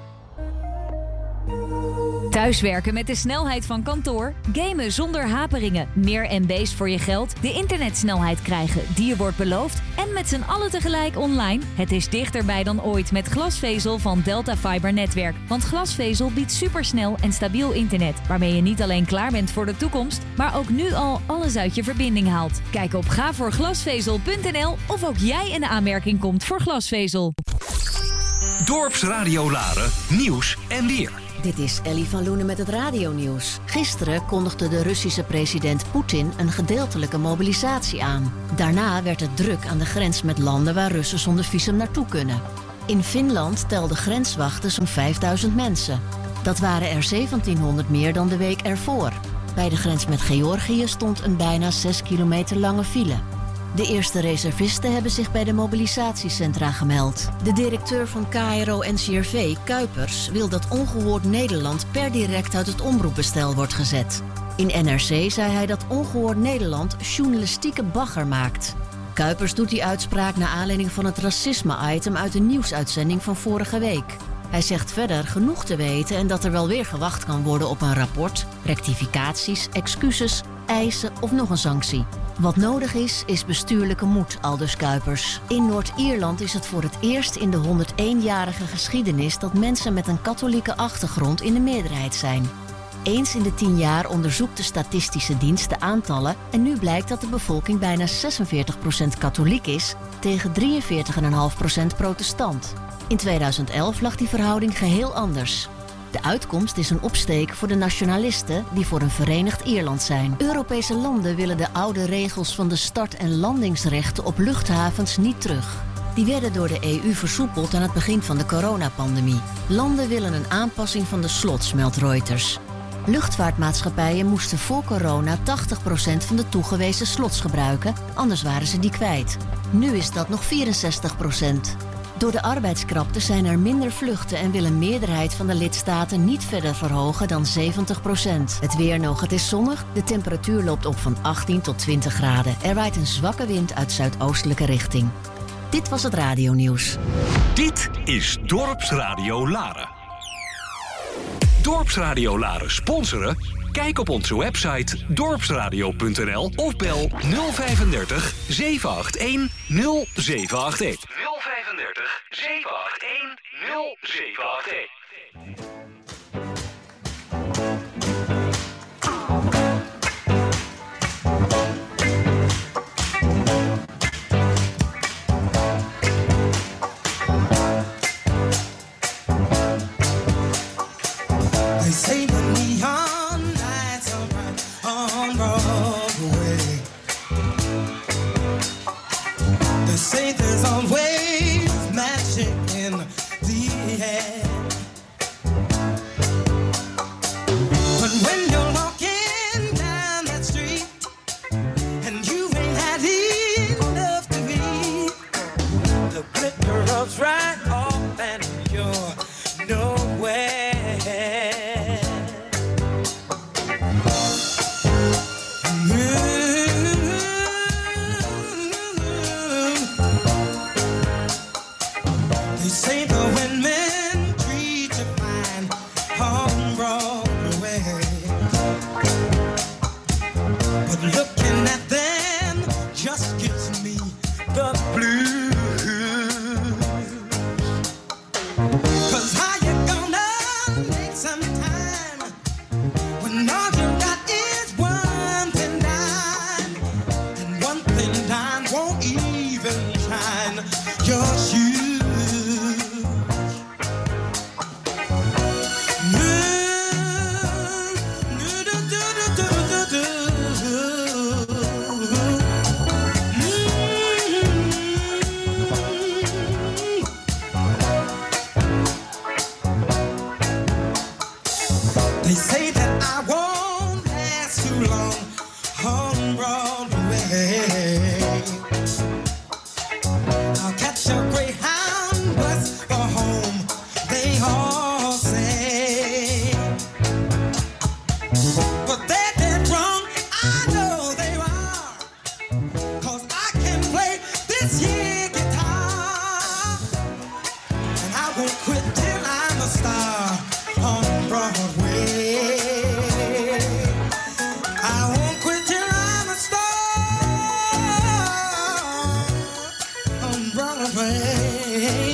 Thuiswerken met de snelheid van kantoor, gamen zonder haperingen, meer MB's voor je geld, de internetsnelheid krijgen die je wordt beloofd en met z'n allen tegelijk online. Het is dichterbij dan ooit met glasvezel van Delta Fiber Netwerk. Want glasvezel biedt supersnel en stabiel internet, waarmee je niet alleen klaar bent voor de toekomst, maar ook nu al alles uit je verbinding haalt. Kijk op gavoorglasvezel.nl of ook jij in de aanmerking komt voor glasvezel. Dorpsradio Laren, nieuws en weer. Dit is Ellie van Loenen met het radionieuws. Gisteren kondigde de Russische president Poetin een gedeeltelijke mobilisatie aan. Daarna werd het druk aan de grens met landen waar Russen zonder visum naartoe kunnen. In Finland telden grenswachten zo'n 5000 mensen. Dat waren er 1700 meer dan de week ervoor. Bij de grens met Georgië stond een bijna 6 kilometer lange file. De eerste reservisten hebben zich bij de mobilisatiecentra gemeld. De directeur van KRO-NCRV, Kuipers, wil dat Ongehoord Nederland per direct uit het omroepbestel wordt gezet. In NRC zei hij dat Ongehoord Nederland journalistieke bagger maakt. Kuipers doet die uitspraak naar aanleiding van het racisme-item uit de nieuwsuitzending van vorige week. Hij zegt verder genoeg te weten en dat er wel weer gewacht kan worden op een rapport, rectificaties, excuses, eisen of nog een sanctie. Wat nodig is bestuurlijke moed, aldus Kuipers. In Noord-Ierland is het voor het eerst in de 101-jarige geschiedenis dat mensen met een katholieke achtergrond in de meerderheid zijn. Eens in de 10 jaar onderzoekt de statistische dienst de aantallen en nu blijkt dat de bevolking bijna 46% katholiek is tegen 43,5% protestant. In 2011 lag die verhouding geheel anders. De uitkomst is een opsteek voor de nationalisten die voor een verenigd Ierland zijn. Europese landen willen de oude regels van de start- en landingsrechten op luchthavens niet terug. Die werden door de EU versoepeld aan het begin van de coronapandemie. Landen willen een aanpassing van de slots, meldt Reuters. Luchtvaartmaatschappijen moesten voor corona 80% van de toegewezen slots gebruiken, anders waren ze die kwijt. Nu is dat nog 64%. Door de arbeidskrapte zijn er minder vluchten en wil een meerderheid van de lidstaten niet verder verhogen dan 70%. Het weer nog, het is zonnig, de temperatuur loopt op van 18 tot 20 graden. Er waait een zwakke wind uit zuidoostelijke richting. Dit was het radionieuws. Dit is Dorpsradio Laren. Dorpsradio Laren sponsoren? Kijk op onze website dorpsradio.nl of bel 035 781 0781. 035 781 0781. They say the neon lights are bright on Broadway. They say there's always magic in the air. But when you're walking down that street and you ain't had enough to eat, the glitter rubs right off and you're nowhere. this here guitar, and I won't quit till I'm a star on Broadway. I won't quit till I'm a star on Broadway.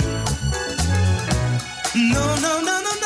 No, no, no, no, no.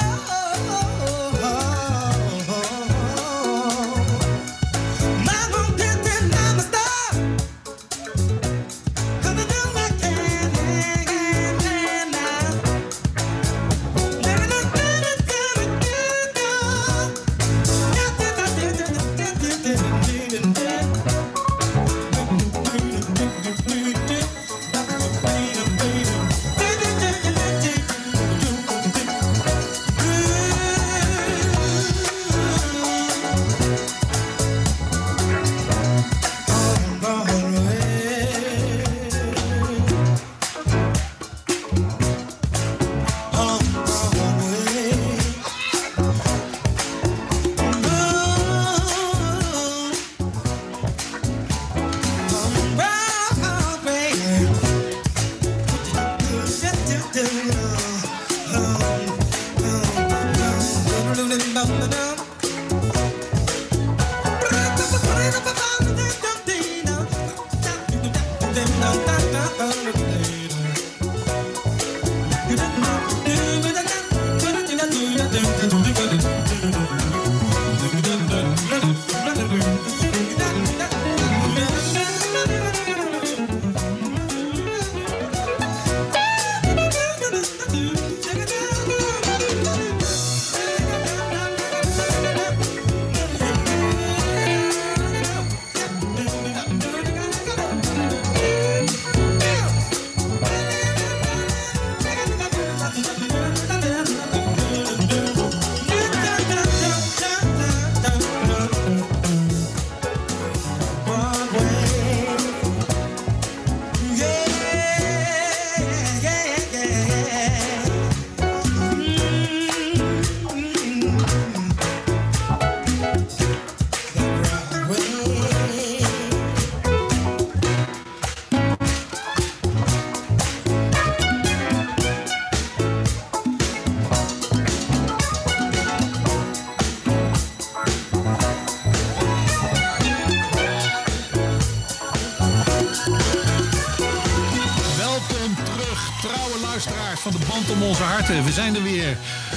Van de band om onze harten. We zijn er weer.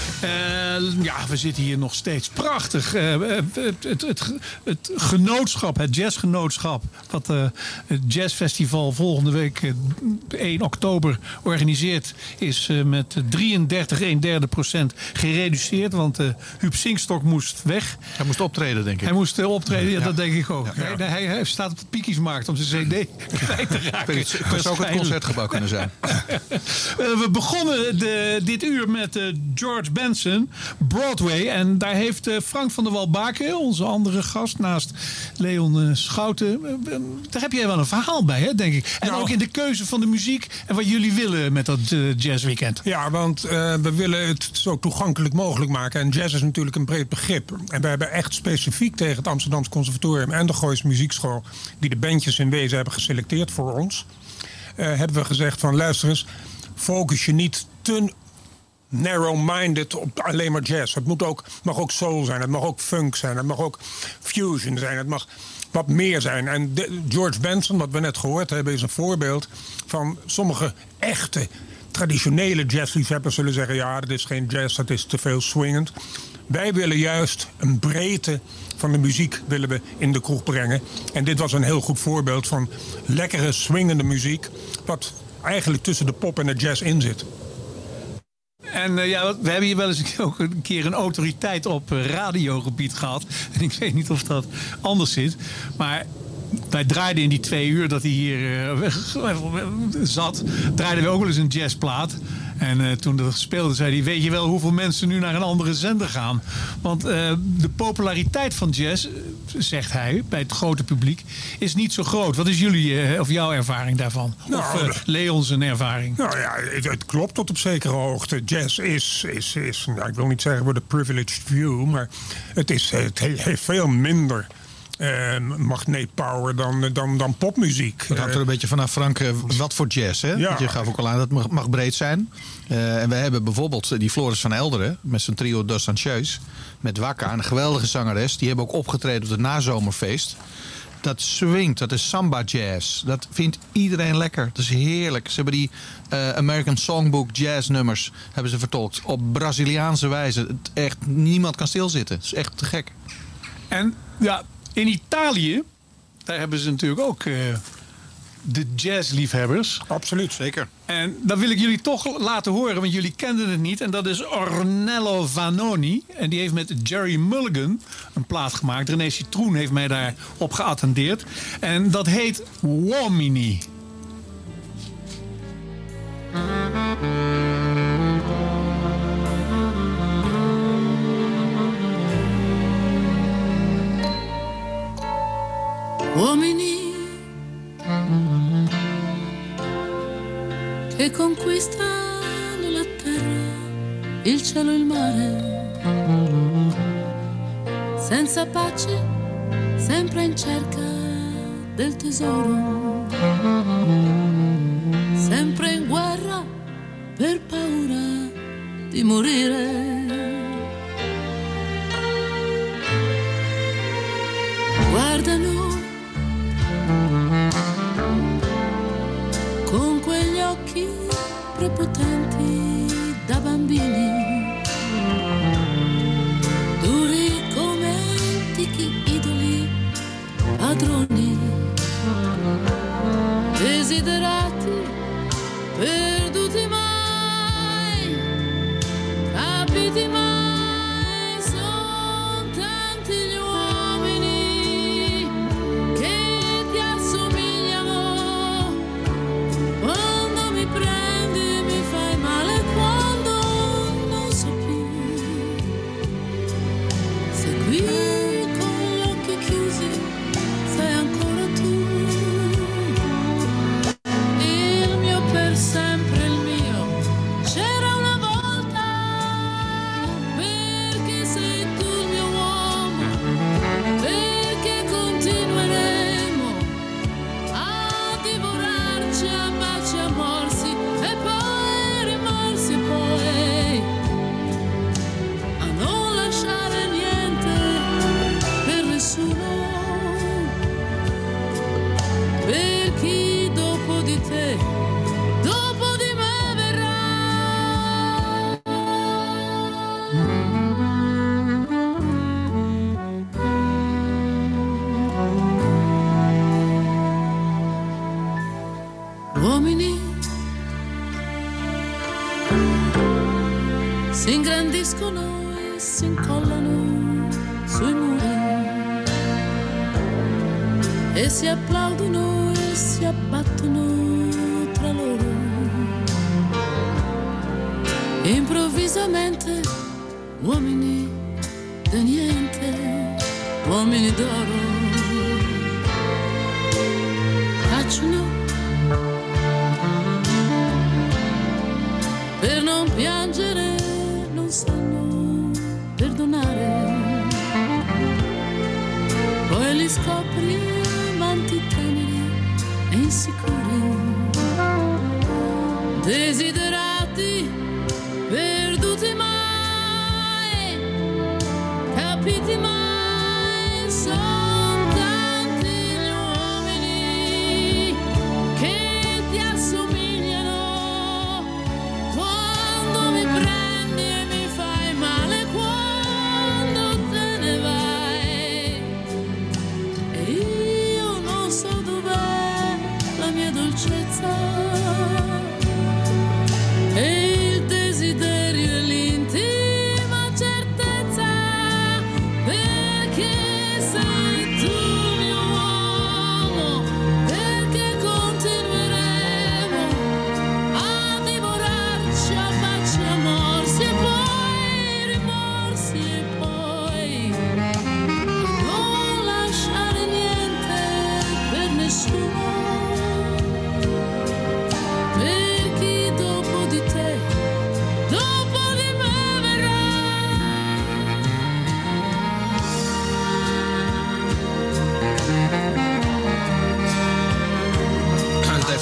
We zitten hier nog steeds prachtig. Het genootschap, het jazzgenootschap, wat het jazzfestival volgende week 1 oktober organiseert, is met 33,1% gereduceerd. Want Huub Singstok moest weg. Hij moest optreden, denk ik. Hij moest optreden, ja, dat denk ik ook. Ja. Hij staat op de Piekjesmarkt om zijn cd kwijt te raken. Het zou ook het concertgebouw kunnen zijn. We begonnen dit uur met George Benson, Broadway. En daar heeft Frank van der Walbaken, onze andere gast, naast Leon Schouten. Daar heb jij wel een verhaal bij, hè, denk ik. En ook in de keuze van de muziek en wat jullie willen met dat jazzweekend. Ja, want we willen het zo toegankelijk mogelijk maken. En jazz is natuurlijk een breed begrip. En we hebben echt specifiek tegen het Amsterdamse Conservatorium en de Goois Muziekschool, die de bandjes in wezen hebben geselecteerd voor ons, hebben we gezegd van luister eens, focus je niet te narrow-minded op alleen maar jazz. Het mag ook soul zijn, het mag ook funk zijn, het mag ook fusion zijn, het mag wat meer zijn. En George Benson, wat we net gehoord hebben, is een voorbeeld van sommige echte traditionele jazzliefhebbers zullen zeggen, ja, dat is geen jazz, dat is te veel swingend. Wij willen juist een breedte van de muziek willen we in de kroeg brengen. En dit was een heel goed voorbeeld van lekkere swingende muziek, wat eigenlijk tussen de pop en de jazz in zit. En we hebben hier wel eens ook een keer een autoriteit op radiogebied gehad. En ik weet niet of dat anders zit. Maar wij draaiden in die 2 uur dat hij hier zat, draaiden we ook wel eens een jazzplaat. En toen dat speelde, zei hij, weet je wel hoeveel mensen nu naar een andere zender gaan? Want de populariteit van jazz, zegt hij, bij het grote publiek, is niet zo groot. Wat is jullie of jouw ervaring daarvan? Nou, of Leon zijn ervaring? Nou ja, het klopt tot op zekere hoogte. Jazz is nou, ik wil niet zeggen voor de privileged view, maar het heeft veel minder magneetpower dan popmuziek. Het hangt er een beetje vanaf, Frank, wat voor jazz. Hè? Ja. Want je gaf ook al aan, dat mag breed zijn. En we hebben bijvoorbeeld die Floris van Elderen met zijn trio Dos Sanchez. Met Waka, een geweldige zangeres. Die hebben ook opgetreden op het nazomerfeest. Dat swingt, dat is samba jazz. Dat vindt iedereen lekker. Dat is heerlijk. Ze hebben die American Songbook jazz nummers hebben ze vertolkt. Op Braziliaanse wijze. Echt, niemand kan stilzitten. Het is echt te gek. En ja, in Italië, daar hebben ze natuurlijk ook de jazzliefhebbers. Absoluut. Zeker. En dat wil ik jullie toch laten horen, want jullie kenden het niet. En dat is Ornello Vanoni. En die heeft met Jerry Mulligan een plaat gemaakt. René Citroen heeft mij daarop geattendeerd. En dat heet Uomini. Uomini che conquistano la terra, il cielo e il mare, senza pace, sempre in cerca del tesoro, sempre in guerra per paura di morire. Guardano con quegli occhi prepotenti da bambini, duri come antichi idoli, padroni, desiderati, perduti mai, capiti mai, son tanti gli uomini che ti assomigliano. Quando mi prendi mi fai male, quando non so più. Se qui con gli occhi chiusi sei ancora tu. Il mio per sempre, il mio. C'era una volta, perché sei tu il mio uomo, perché continueremo a divorarci a baci a morsi e poi rimorsi e poi a non lasciare niente per nessuno, per chi dopo di te, dopo di me verrà. Uomini si ingrandiscono e si incollano sui muri e si applaudono e si abbattono tra loro. Improvvisamente uomini da niente, uomini d'oro, tacciono per non piangere, non sanno perdonare. Poi li scopri amanti teneri e insicuri, desiderati, perduti mai, capiti mai, son tanti gli uomini che ti assomigliano. Quando mi prendi e mi fai male, quando te ne vai, e io non so dov'è la mia dolcezza e il desiderio e l'intima certezza, perché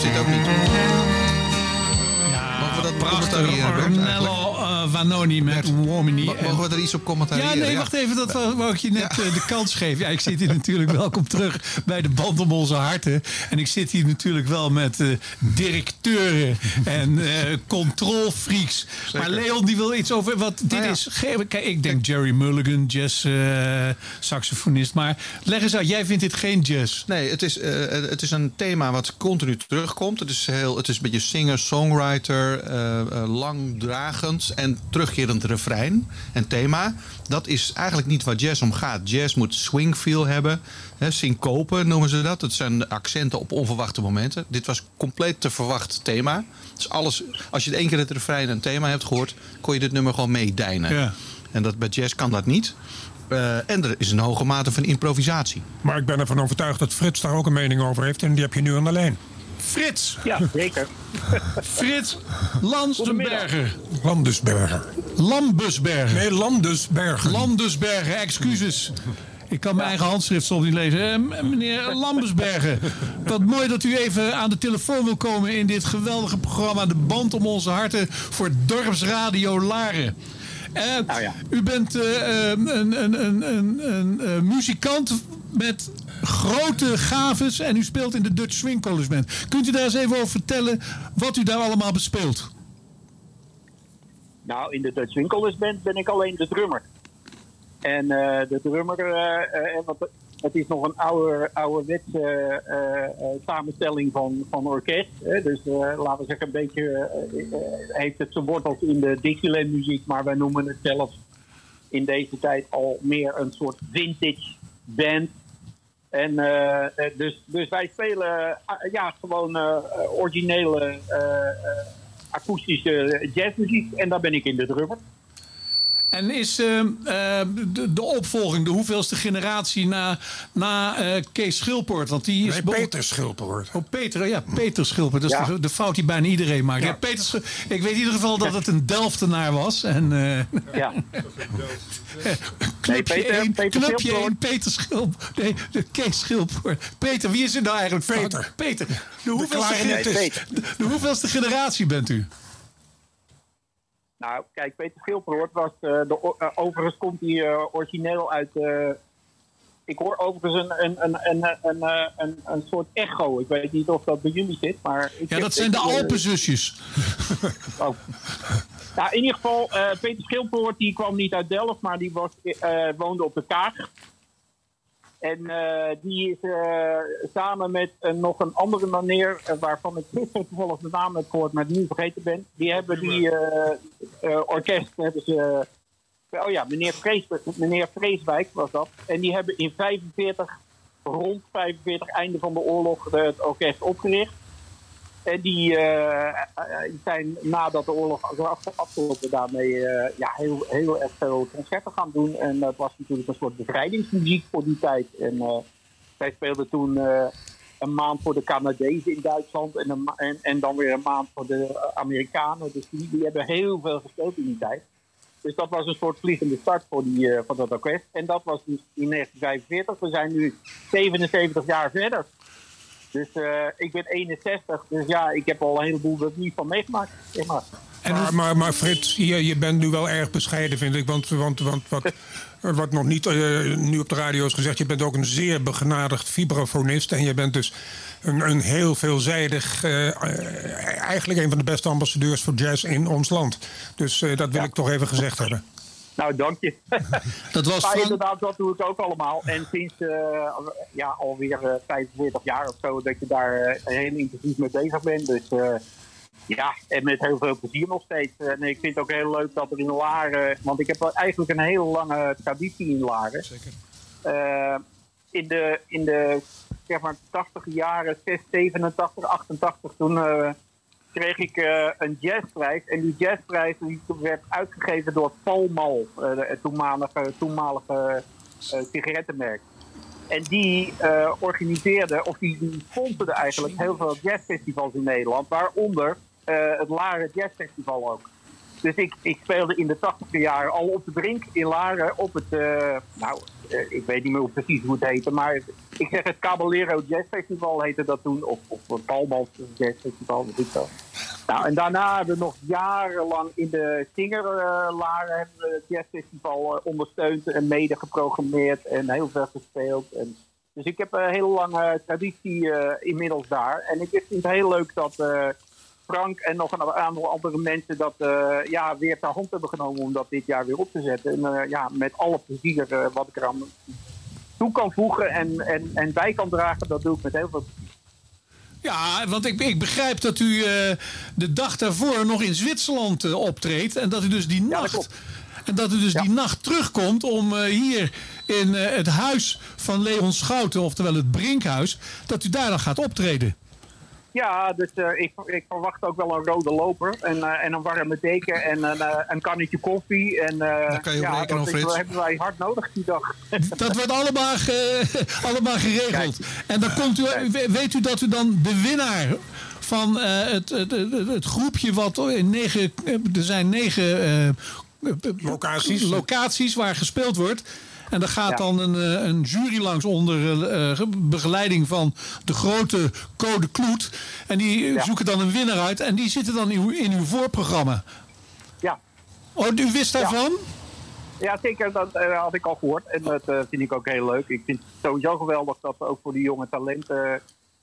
dit ook niet. Mogen we dat commentariëren? Ornello Vanoni met Uomini. Mogen we er iets op commentariëren? Ja, nee, wacht even. Dat wou ik je net de kans geven. Ja, ik zit hier natuurlijk, welkom terug bij de Band om onze harten. En ik zit hier natuurlijk wel met directeuren en controlfreaks. Maar Leon die wil iets over... Dit is... Kijk, ik denk Jerry Mulligan, jazz saxofonist. Maar leg eens uit, jij vindt dit geen jazz. Nee, het is een thema wat continu terugkomt. Het is een beetje singer-songwriter, langdragend en terugkerend refrein en thema. Dat is eigenlijk niet waar jazz om gaat. Jazz moet swing feel hebben. Syncopen noemen ze dat. Dat zijn accenten op onverwachte momenten. Dit was compleet te verwacht thema. Dus alles, als je 1 keer het refrein en thema hebt gehoord, kon je dit nummer gewoon meedijnen. Ja. En bij jazz kan dat niet. En er is een hoge mate van improvisatie. Maar ik ben ervan overtuigd dat Frits daar ook een mening over heeft. En die heb je nu aan de lijn. Frits! Ja, zeker. Frits Landsberger. Lambusberger. Nee, Landusberger. Landusberger, excuses. Ik kan mijn eigen handschrift soms niet lezen. Meneer Lambusberger, wat mooi dat u even aan de telefoon wil komen in dit geweldige programma De Band om onze harten voor Dorpsradio Laren. U bent een muzikant met grote gaves en u speelt in de Dutch Swing College Band. Kunt u daar eens even over vertellen wat u daar allemaal bespeelt? Nou, in de Dutch Swing College Band ben ik alleen de drummer. En de drummer, het is nog een ouderwetse samenstelling van orkest. Dus laten we zeggen, een beetje heeft het zijn wortels in de Dixieland muziek, maar wij noemen het zelf in deze tijd al meer een soort vintage band. En dus wij spelen gewoon originele akoestische jazzmuziek en daar ben ik in de drummer. En is de opvolging, de hoeveelste generatie na Kees Schilpoort? Want die is Peter Schilpoort. Oh, Peter Schilpoort. Dat is de fout die bijna iedereen maakt. Ja. Ja, ik weet in ieder geval dat het een Delftenaar was. En, Clubje 1, Peter Schilpoort. Nee, Kees Schilpoort. Peter, wie is er nou eigenlijk? Peter. De hoeveelste generatie bent u? Nou, kijk, Peter Schilpoort was... overigens komt hij origineel uit... ik hoor overigens een soort echo. Ik weet niet of dat bij jullie zit, maar... dat zijn de Alpenzusjes. Nou, in ieder geval, Peter Schilpoort die kwam niet uit Delft, maar die woonde op de Kaag. En die is samen met nog een andere meneer, waarvan ik gisteren toevallig de naam heb gehoord, maar nu vergeten ben. Die hebben die orkest, hebben ze, meneer Vreeswijk was dat. En die hebben in rond 45, einde van de oorlog, het orkest opgericht. En die zijn nadat de oorlog afgelopen daarmee heel erg veel concerten gaan doen. En dat was natuurlijk een soort bevrijdingsmuziek voor die tijd. En zij speelden toen een maand voor de Canadezen in Duitsland en dan weer een maand voor de Amerikanen. Dus die hebben heel veel gespeeld in die tijd. Dus dat was een soort vliegende start voor dat orkest. En dat was dus in 1945. We zijn nu 77 jaar verder. Dus ik ben 61, dus ik heb al een heleboel er niet van meegemaakt. Zeg maar. Maar Frits, je bent nu wel erg bescheiden, vind ik. Want wat nog niet nu op de radio is gezegd, je bent ook een zeer begenadigd vibrafonist. En je bent dus een heel veelzijdig, eigenlijk een van de beste ambassadeurs voor jazz in ons land. Dus dat wil ik toch even gezegd hebben. Nou, dank je. Dat was maar inderdaad, dat doe ik ook allemaal. En sinds alweer 45 jaar of zo dat je daar heel intensief mee bezig bent. Dus en met heel veel plezier nog steeds. En ik vind het ook heel leuk dat er in Laren... Want ik heb eigenlijk een heel lange traditie in Laren. Zeker. In de zeg maar 80 jaren, 87, 88, toen... kreeg ik een jazzprijs. En die jazzprijs werd uitgegeven door Pall Mall, het toenmalige sigarettenmerk. En die organiseerde, of die sponsorde eigenlijk heel veel jazzfestivals in Nederland. Waaronder het Laren Jazz Festival ook. Dus ik speelde in de 80e jaren al op de Brink in Laren op het, ik weet niet meer precies hoe het heette, maar ik zeg het Caballero Jazz Festival heette dat toen, of het Palmas Jazz Festival, weet ik wel. Nou, en daarna hebben we nog jarenlang in de Singer Laren hebben we het Jazz Festival ondersteund en mede geprogrammeerd en heel veel gespeeld. Dus ik heb een hele lange traditie inmiddels daar. En ik vind het heel leuk dat Frank en nog een aantal andere mensen dat weer ter hand hebben genomen om dat dit jaar weer op te zetten. En met alle plezier wat ik eraan toe kan voegen en bij kan dragen, dat doe ik met heel veel plezier. Ja, want ik begrijp dat u de dag daarvoor nog in Zwitserland optreedt. En dat u dus die nacht... En dat u dus die nacht terugkomt om hier in het huis van Leon Schouten, oftewel het Brinkhuis, dat u daar dan gaat optreden. Ja, dus ik verwacht ook wel een rode loper en een warme deken en een kannetje koffie. En, kan je op rekenen, Frits. Dat hebben wij hard nodig die dag. Dat wordt allemaal geregeld. Kijk. En dan komt u, weet u dat u dan de winnaar van het groepje wat in 9, er zijn 9 locaties waar gespeeld wordt. En daar gaat dan een jury langs onder begeleiding van de grote Code Kloet. En die zoeken dan een winnaar uit. En die zitten dan in uw voorprogramma. Ja. Oh, u wist daarvan? Ja, zeker. Dat had ik al gehoord. En dat vind ik ook heel leuk. Ik vind het sowieso geweldig dat ook voor die jonge talenten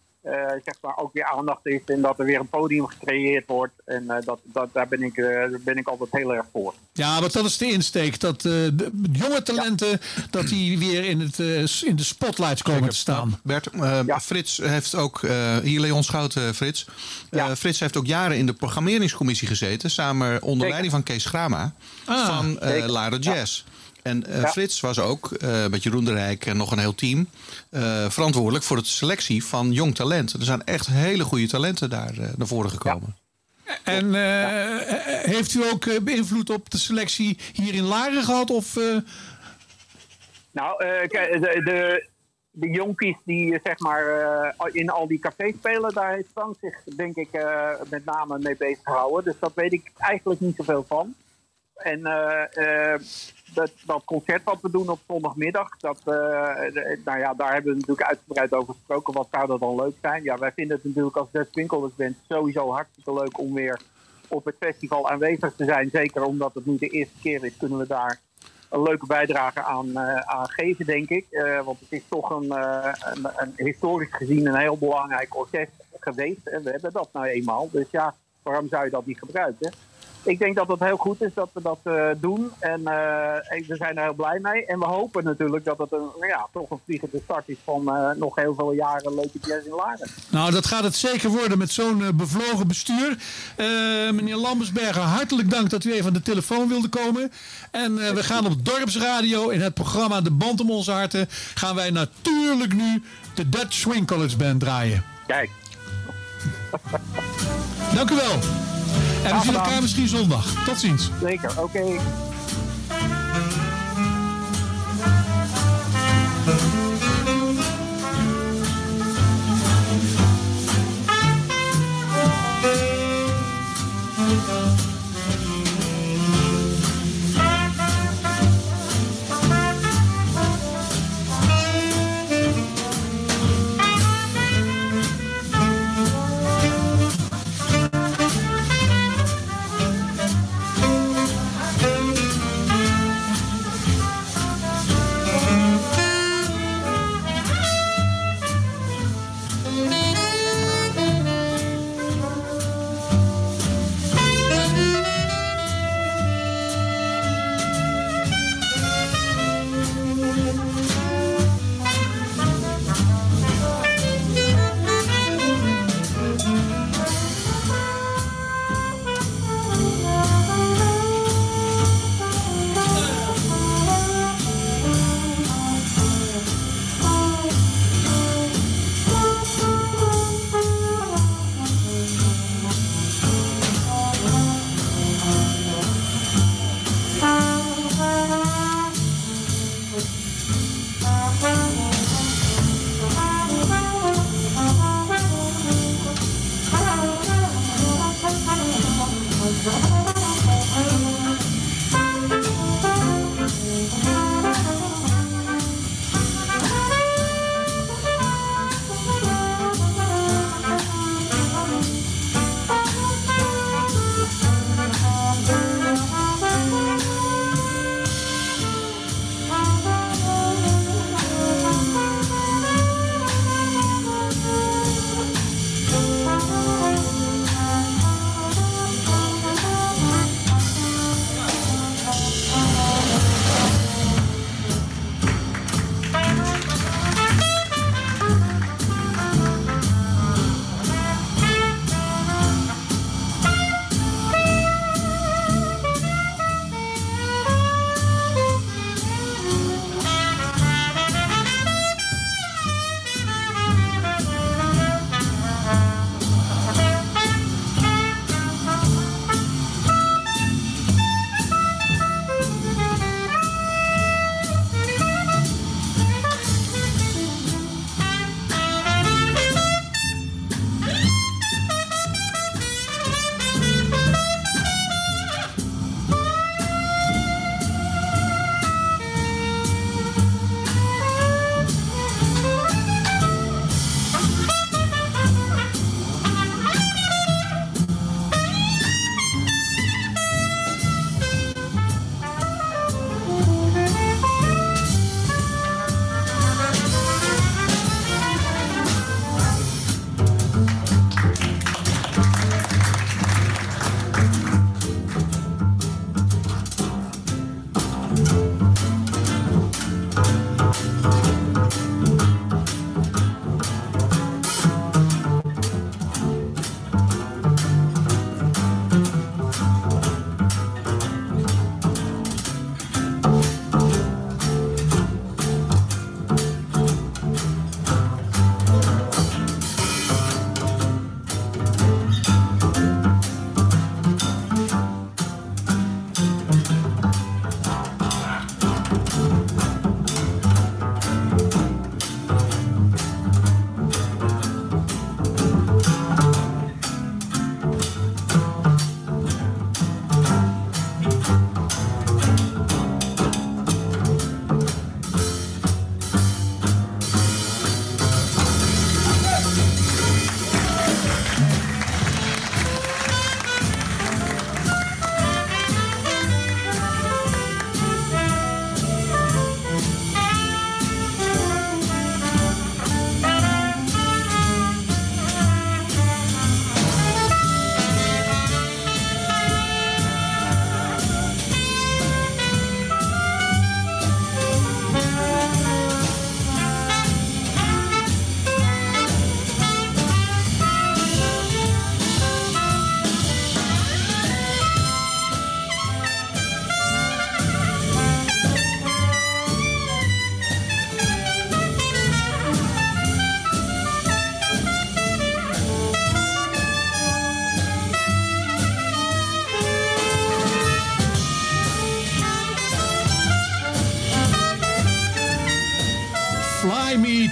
ook weer aandacht is. En dat er weer een podium gecreëerd wordt. En daar ben ik altijd heel erg voor. Ja, maar dat is de insteek. Dat de jonge talenten dat die weer in de spotlights komen te staan. Bert, Frits heeft ook... hier Leon Schouten, Frits. Frits heeft ook jaren in de programmeringscommissie gezeten. Samen onder leiding van Kees Grama. Van Laren Jazz. En Frits was ook, met Jeroen de Rijk en nog een heel team, verantwoordelijk voor de selectie van jong talent. Er zijn echt hele goede talenten daar naar voren gekomen. Ja. En heeft u ook beïnvloed op de selectie hier in Laren gehad? Of, Nou, de jonkies die zeg maar in al die cafés spelen, daar heeft Frank zich denk ik met name mee bezig gehouden. Dus dat weet ik eigenlijk niet zoveel van. En dat concert wat we doen op zondagmiddag, daar hebben we natuurlijk uitgebreid over gesproken. Wat zou dat dan leuk zijn? Ja, wij vinden het natuurlijk als Dutch Winkelers Band sowieso hartstikke leuk om weer op het festival aanwezig te zijn. Zeker omdat het nu de eerste keer is, kunnen we daar een leuke bijdrage aan geven, denk ik. Want het is toch een historisch gezien een heel belangrijk orkest geweest. En we hebben dat nou eenmaal. Dus ja, waarom zou je dat niet gebruiken? Ik denk dat het heel goed is dat we dat doen. En we zijn er heel blij mee. En we hopen natuurlijk dat het toch een vliegende start is van nog heel veel jaren leuke jazz in Laren. Nou, dat gaat het zeker worden met zo'n bevlogen bestuur. Meneer Lambersberger, hartelijk dank dat u even aan de telefoon wilde komen. En we gaan op Dorpsradio in het programma De Band om onze harten gaan wij natuurlijk nu de Dutch Swing College Band draaien. Kijk. Dank u wel. En we zien elkaar misschien zondag. Tot ziens. Zeker, oké.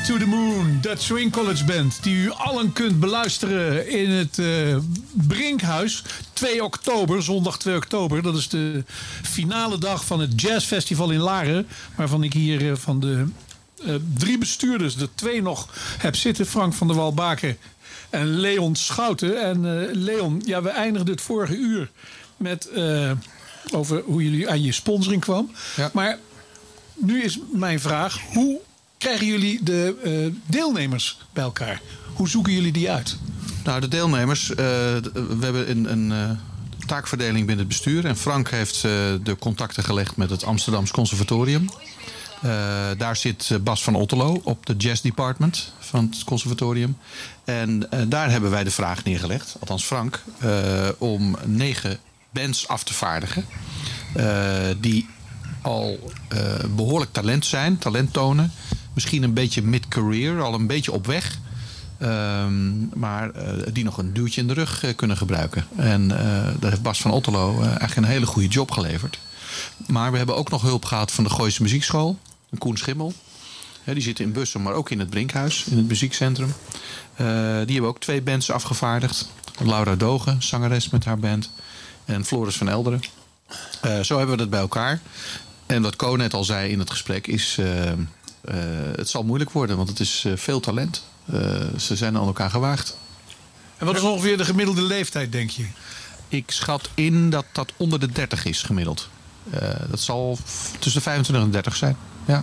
to the Moon, Dutch Swing College Band, die u allen kunt beluisteren in het Brinkhuis. 2 oktober, zondag 2 oktober. Dat is de finale dag van het Jazzfestival in Laren. Waarvan ik hier van de 3 bestuurders er 2 nog heb zitten. Frank van der Walbaken en Leon Schouten. En Leon, ja, we eindigden het vorige uur met over hoe jullie aan je sponsoring kwam. Ja. Maar nu is mijn vraag, hoe krijgen jullie de deelnemers bij elkaar? Hoe zoeken jullie die uit? Nou, de deelnemers, we hebben een taakverdeling binnen het bestuur. En Frank heeft de contacten gelegd met het Amsterdams Conservatorium. Daar zit Bas van Otterlo op de Jazz Department van het conservatorium. En daar hebben wij de vraag neergelegd, althans Frank, om 9 bands af te vaardigen. Die al behoorlijk talent tonen. Misschien een beetje mid-career, al een beetje op weg. Maar die nog een duwtje in de rug kunnen gebruiken. En daar heeft Bas van Otterlo eigenlijk een hele goede job geleverd. Maar we hebben ook nog hulp gehad van de Gooise Muziekschool. Koen Schimmel. Die zitten in Bussum, maar ook in het Brinkhuis, in het muziekcentrum. Die hebben ook 2 bands afgevaardigd. Laura Dogen, zangeres met haar band. En Floris van Elderen. Zo hebben we dat bij elkaar. En wat Ko net al zei in het gesprek is... het zal moeilijk worden, want het is veel talent. Ze zijn aan elkaar gewaagd. En wat is ongeveer de gemiddelde leeftijd, denk je? Ik schat in dat dat onder de 30 is gemiddeld. Dat zal tussen de 25 en 30 zijn. Ja.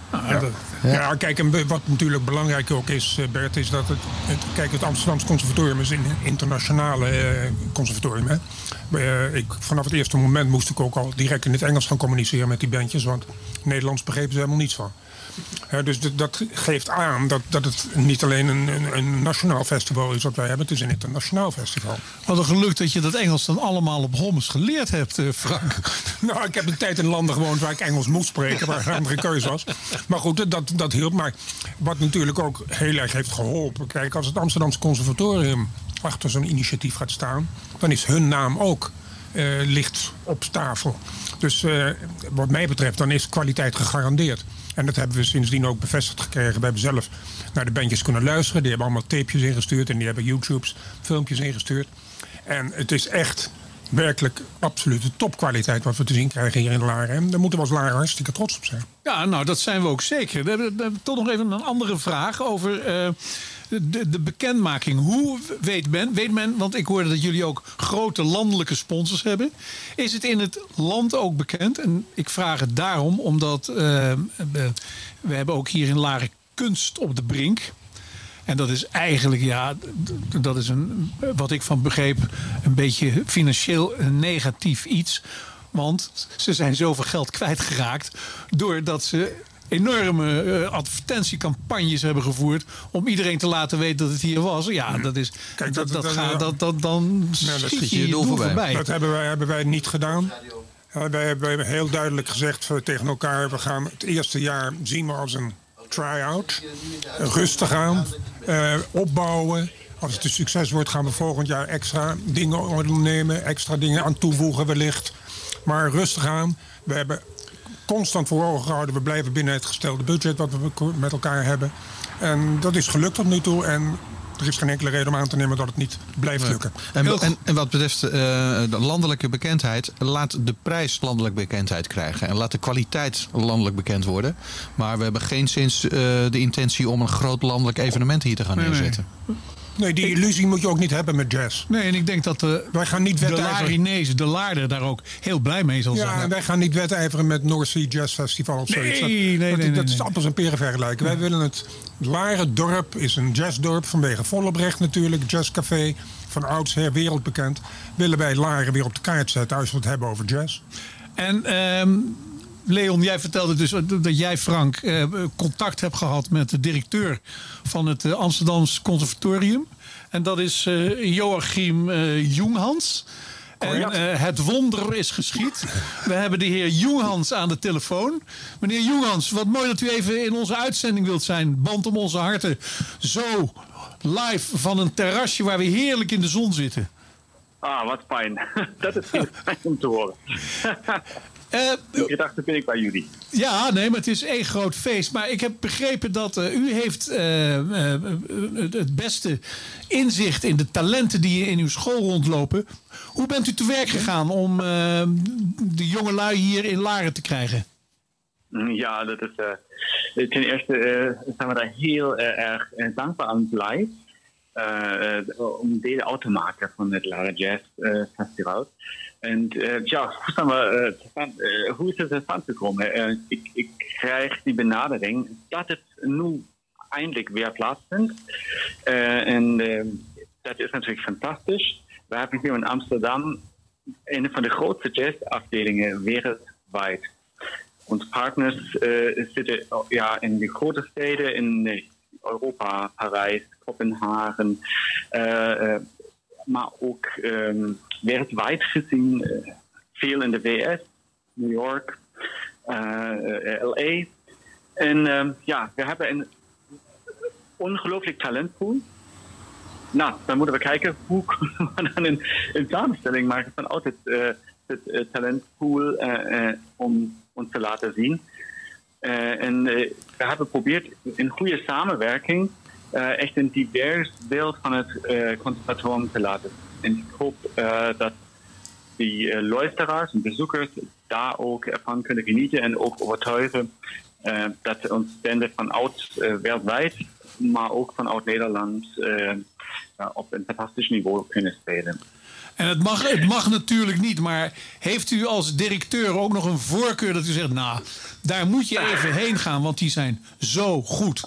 Ja, kijk, en wat natuurlijk belangrijk ook is, Bert, is dat het Amsterdamse Conservatorium is een internationale conservatorium. Hè? Vanaf het eerste moment moest ik ook al direct in het Engels gaan communiceren met die bandjes, want Nederlands begrepen ze helemaal niets van. Dus dat geeft aan dat het niet alleen een nationaal festival is wat wij hebben. Het is een internationaal festival. Wat een geluk dat je dat Engels dan allemaal op Holmes geleerd hebt, Frank. Nou, ik heb een tijd in landen gewoond waar ik Engels moest spreken, waar er andere keuze was. Maar goed, dat hielp. Maar wat natuurlijk ook heel erg heeft geholpen. Kijk, als het Amsterdamse Conservatorium achter zo'n initiatief gaat staan, dan is hun naam ook ligt op tafel. Dus wat mij betreft, dan is kwaliteit gegarandeerd. En dat hebben we sindsdien ook bevestigd gekregen. We hebben zelf naar de bandjes kunnen luisteren. Die hebben allemaal tapejes ingestuurd en die hebben YouTube's filmpjes ingestuurd. En het is echt werkelijk absolute topkwaliteit wat we te zien krijgen hier in Laren. En daar moeten we als Laren hartstikke trots op zijn. Ja, nou, dat zijn we ook zeker. We hebben toch nog even een andere vraag over de bekendmaking. Hoe weet men, want ik hoorde dat jullie ook grote landelijke sponsors hebben. Is het in het land ook bekend? En ik vraag het daarom, omdat we hebben ook hier in Laren Kunst op de Brink. En dat is eigenlijk, ja, dat is wat ik van begreep, een beetje financieel negatief iets. Want ze zijn zoveel geld kwijtgeraakt doordat ze enorme advertentiecampagnes hebben gevoerd om iedereen te laten weten dat het hier was. Ja, dat is. Kijk, dan schiet je je doel voorbij. Dat hebben wij niet gedaan. Wij hebben heel duidelijk gezegd tegen elkaar, we gaan het eerste jaar zien we als een try-out. Rustig aan. Opbouwen. Als het een succes wordt, gaan we volgend jaar extra dingen ondernemen. Extra dingen aan toevoegen wellicht. Maar rustig aan. We hebben constant voor ogen gehouden. We blijven binnen het gestelde budget wat we met elkaar hebben. En dat is gelukt tot nu toe. En er is geen enkele reden om aan te nemen dat het niet blijft lukken. En wat betreft de landelijke bekendheid, laat de prijs landelijk bekendheid krijgen. En laat de kwaliteit landelijk bekend worden. Maar we hebben geen sinds de intentie om een groot landelijk evenement hier te gaan neerzetten. Nee, die illusie moet je ook niet hebben met jazz. Nee, en ik denk dat wij gaan niet de Larinezen, de Laarder, daar ook heel blij mee zal zijn. Ja, en wij gaan niet wedijveren met North Sea Jazz Festival of zoiets. Nee. Dat is appels en peren vergelijken. Wij willen het Laren dorp is een jazzdorp vanwege Vollebrecht natuurlijk, jazzcafé, van oudsher wereldbekend. Willen wij Laren weer op de kaart zetten als we het hebben over jazz. En Leon, jij vertelde dus dat jij, Frank, contact hebt gehad met de directeur van het Amsterdamse Conservatorium. En dat is Joachim Junghans. En het wonder is geschied. We hebben de heer Junghans aan de telefoon. Meneer Junghans, wat mooi dat u even in onze uitzending wilt zijn. Band om onze harten. Zo live van een terrasje waar we heerlijk in de zon zitten. Ah, wat fijn. Dat is heel fijn om te horen. Ik dacht, dan ben ik bij jullie. Ja, nee, maar het is één groot feest. Maar ik heb begrepen dat u heeft het beste inzicht in de talenten die in uw school rondlopen. Hoe bent u te werk gegaan om de jongelui hier in Laren te krijgen? Ja, dat is ten eerste zijn we daar heel erg dankbaar aan blij. Om deel uit te maken van het Laren Jazz Festival. En hoe is het ervan gekomen? Ik krijg die benadering dat het nu eindelijk weer plaatsvindt. Dat is natuurlijk fantastisch. We hebben hier in Amsterdam een van de grootste jazzafdelingen wereldwijd. Onze partners zitten in de grote steden in Europa, Parijs, Kopenhagen, maar ook wereldwijd gezien veel in de VS, New York, LA. En we hebben een ongelooflijk talentpool. Nou, dan moeten we kijken hoe we dan een samenstelling maken vanuit het talentpool om ons te laten zien. We hebben geprobeerd in goede samenwerking echt een divers beeld van het conservatorium te laten. En ik hoop dat die luisteraars en bezoekers daar ook ervan kunnen genieten en ook overtuigen dat onze studenten vanuit wereldwijd, maar ook vanuit Nederland op een fantastisch niveau kunnen spelen. En het mag natuurlijk niet, maar heeft u als directeur ook nog een voorkeur dat u zegt, nou, daar moet je even heen gaan, want die zijn zo goed.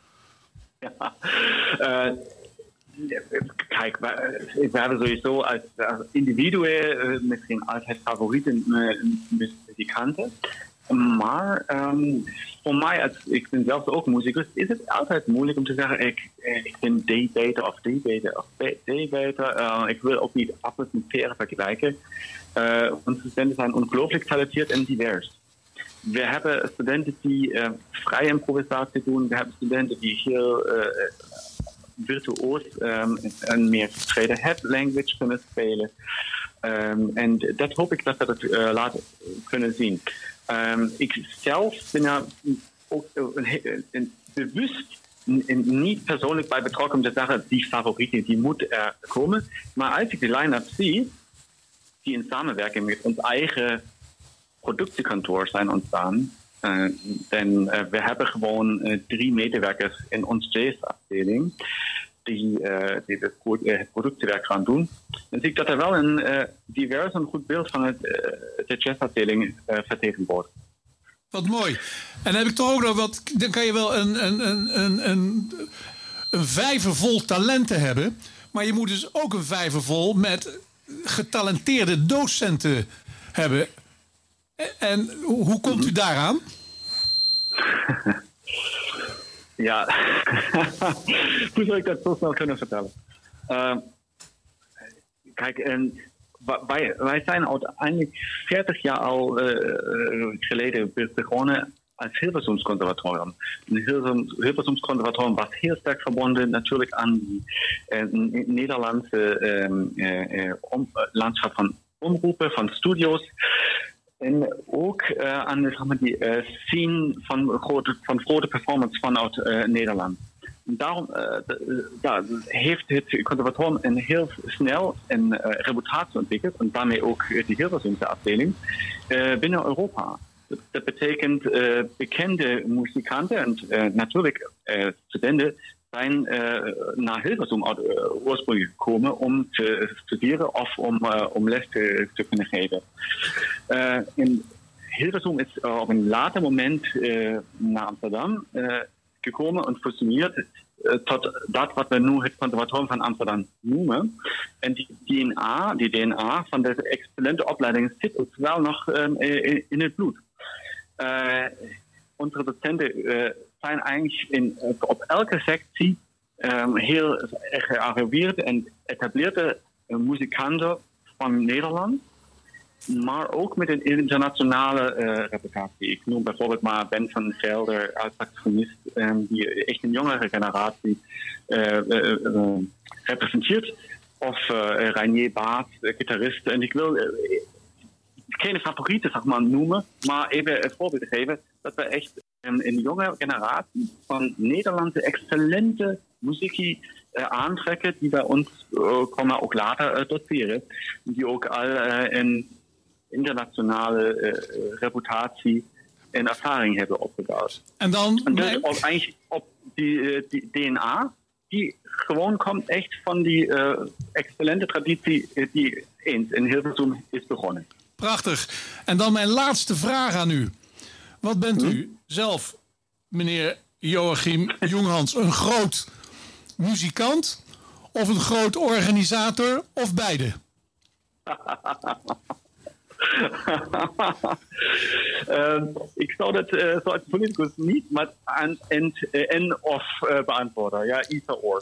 Kijk, we hebben sowieso als individuen misschien altijd favoriete muzikanten. Maar voor mij, ik ben zelf ook muzikus, is het altijd moeilijk om te zeggen, ik ben D beter of D beter of D beter. Ik wil ook niet appels met peren vergelijken. Onze studenten zijn ongelooflijk talenteerd en divers. We hebben studenten die vrije improvisatie doen. We hebben studenten die heel virtuoos en meer gestreden head language kunnen spelen. En dat hoop ik dat we dat laten kunnen zien. Ik zelf ben ook bewust niet persoonlijk bij betrokken om te zeggen, die favorieten die moet er komen. Maar als ik de line-up zie, die in samenwerking met ons eigen productiekantoor zijn ontstaan. We hebben gewoon 3 medewerkers in onze jazzafdeling die het productiewerk gaan doen. Dan zie ik dat er wel een divers en goed beeld van de jazzafdeling vertegenwoordigt. Wat mooi. En dan heb ik toch ook nog wat. Dan kan je wel een vijver vol talenten hebben. Maar je moet dus ook een vijver vol met getalenteerde docenten hebben. En hoe komt u daaraan? Ja, hoe zou ik dat zo snel kunnen vertellen? Kijk, wij zijn uiteindelijk 40 jaar al geleden begonnen als Hilversums Conservatorium. Een Hilversums Conservatorium was heel sterk verbonden natuurlijk aan die Nederlandse landschap van omroepen, van studio's. En ook aan die scene van grote performance vanuit Nederland. En daarom heeft het conservatorium een heel snel een reputatie ontwikkeld. En daarmee ook die Hilversumse afdeling binnen Europa. Dat betekent bekende muzikanten en natuurlijk studenten zijn naar Hilversum oorspronkelijk gekomen om te studeren of om les te kunnen geven. In Hilversum is op een later moment naar Amsterdam gekomen en fusioneerd tot dat wat we nu het Conservatorium van Amsterdam noemen. En die DNA van deze excellente opleiding zit ons wel nog in het bloed. Onze docenten zijn eigenlijk op elke sectie heel gearriveerde en etableerde muzikanten van Nederland, maar ook met een internationale reputatie. Ik noem bijvoorbeeld maar Ben van Gelder als saxofonist, die echt een jongere generatie representeert. Of Reinier Baat, gitarist. En ik wil geen favorieten zeg maar, noemen, maar even een voorbeeld te geven dat we echt een jonge generatie van Nederlandse excellente muzici aantrekken die bij ons komen ook later doseren. Die ook al een internationale reputatie en ervaring hebben opgebouwd. En dan dus eigenlijk op die DNA, die gewoon komt echt van die excellente traditie die eens in Hilversum is begonnen. Prachtig. En dan mijn laatste vraag aan u. Wat bent u zelf, meneer Joachim Jonghans, een groot muzikant of een groot organisator of beide? Ik zou dat zo als politicus niet met en of beantwoorden. Ja, either or.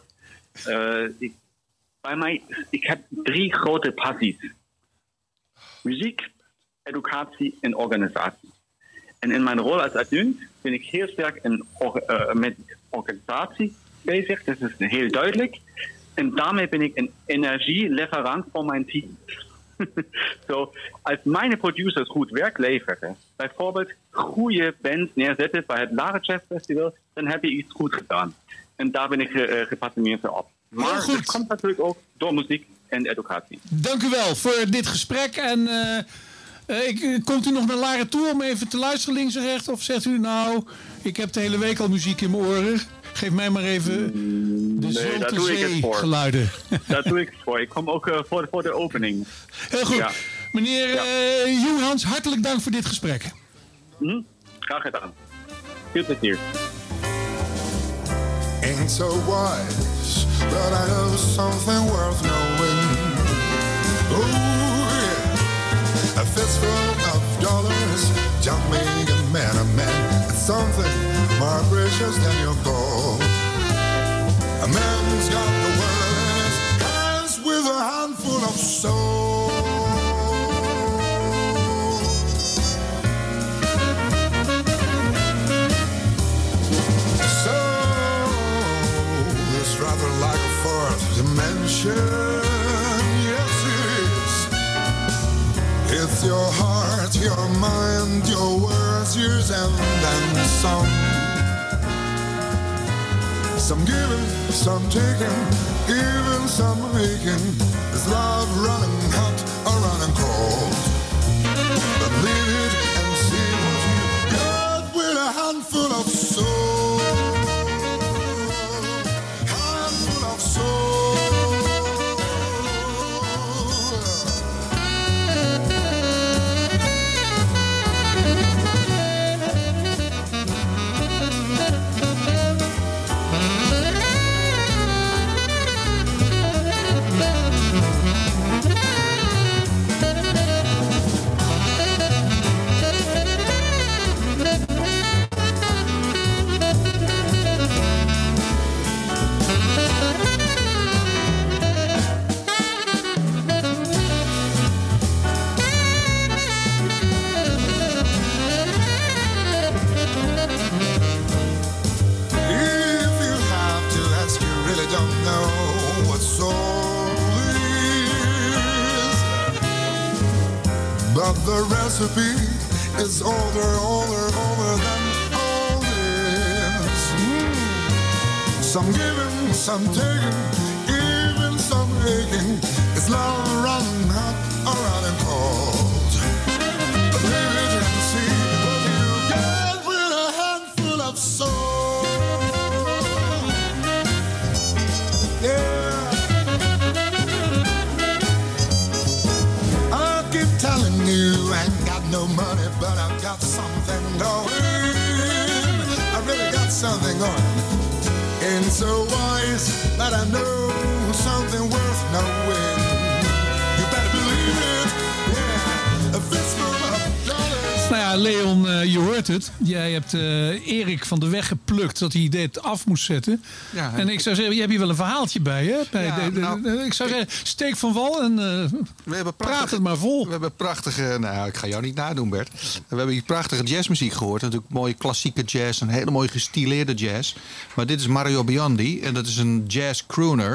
Bij mij, ik heb 3 grote passies. Muziek, educatie en organisatie. En in mijn rol als adjunct ben ik heel sterk met organisatie bezig. Dat is heel duidelijk. En daarmee ben ik een energieleverant voor mijn team. Als mijn producers goed werk leveren, bijvoorbeeld goede bands neerzetten bij het Laren Jazz Festival, dan heb je iets goed gedaan. En daar ben ik gepassioneerd voor op. Maar het komt natuurlijk ook door muziek en educatie. Dank u wel voor dit gesprek. En komt u nog naar Laren toe om even te luisteren links en rechts? Of zegt u nou, ik heb de hele week al muziek in mijn oren. Geef mij maar even de Zulte Zee geluiden. Daar doe ik het voor. Ik kom ook voor de opening. Heel goed. Ja. Meneer Jonghans, hartelijk dank voor dit gesprek. Graag gedaan. Veel plezier. Ain't so wise, but I know something worth knowing. Oh yeah, a fistful of dollars don't make a man. It's something more precious than your gold. A man's got the world in his hands with a handful of soul. Rather like a fourth dimension, yes it is. It's your heart, your mind, your words, yours and then some. Some giving, some taking, even some making. Is love running hot or running cold? But leave it and see what you got with a handful of soul. The recipe is older than all this. Some giving, some taking, even some making. It's love running hot or running cold. But leave it and see what you get with a handful of soul. Yeah. I keep telling you I ain't got no money, but I've got something going. I really got something going. Ain't so wise, but I know something worth knowing. You better believe it, yeah. A fistful of dollars. Nou ja, Leon, je hoort het. Jij hebt Erik van de weg geplukt dat hij dit af moest zetten. Ja, en ik zou zeggen, je hebt hier wel een verhaaltje bij, hè? Ik zou zeggen, steek van wal en praat het maar vol. We hebben prachtige, nou ik ga jou niet nadoen Bert. We hebben hier prachtige jazzmuziek gehoord. Natuurlijk mooie klassieke jazz, een hele mooie gestileerde jazz. Maar dit is Mario Biondi en dat is een jazz crooner.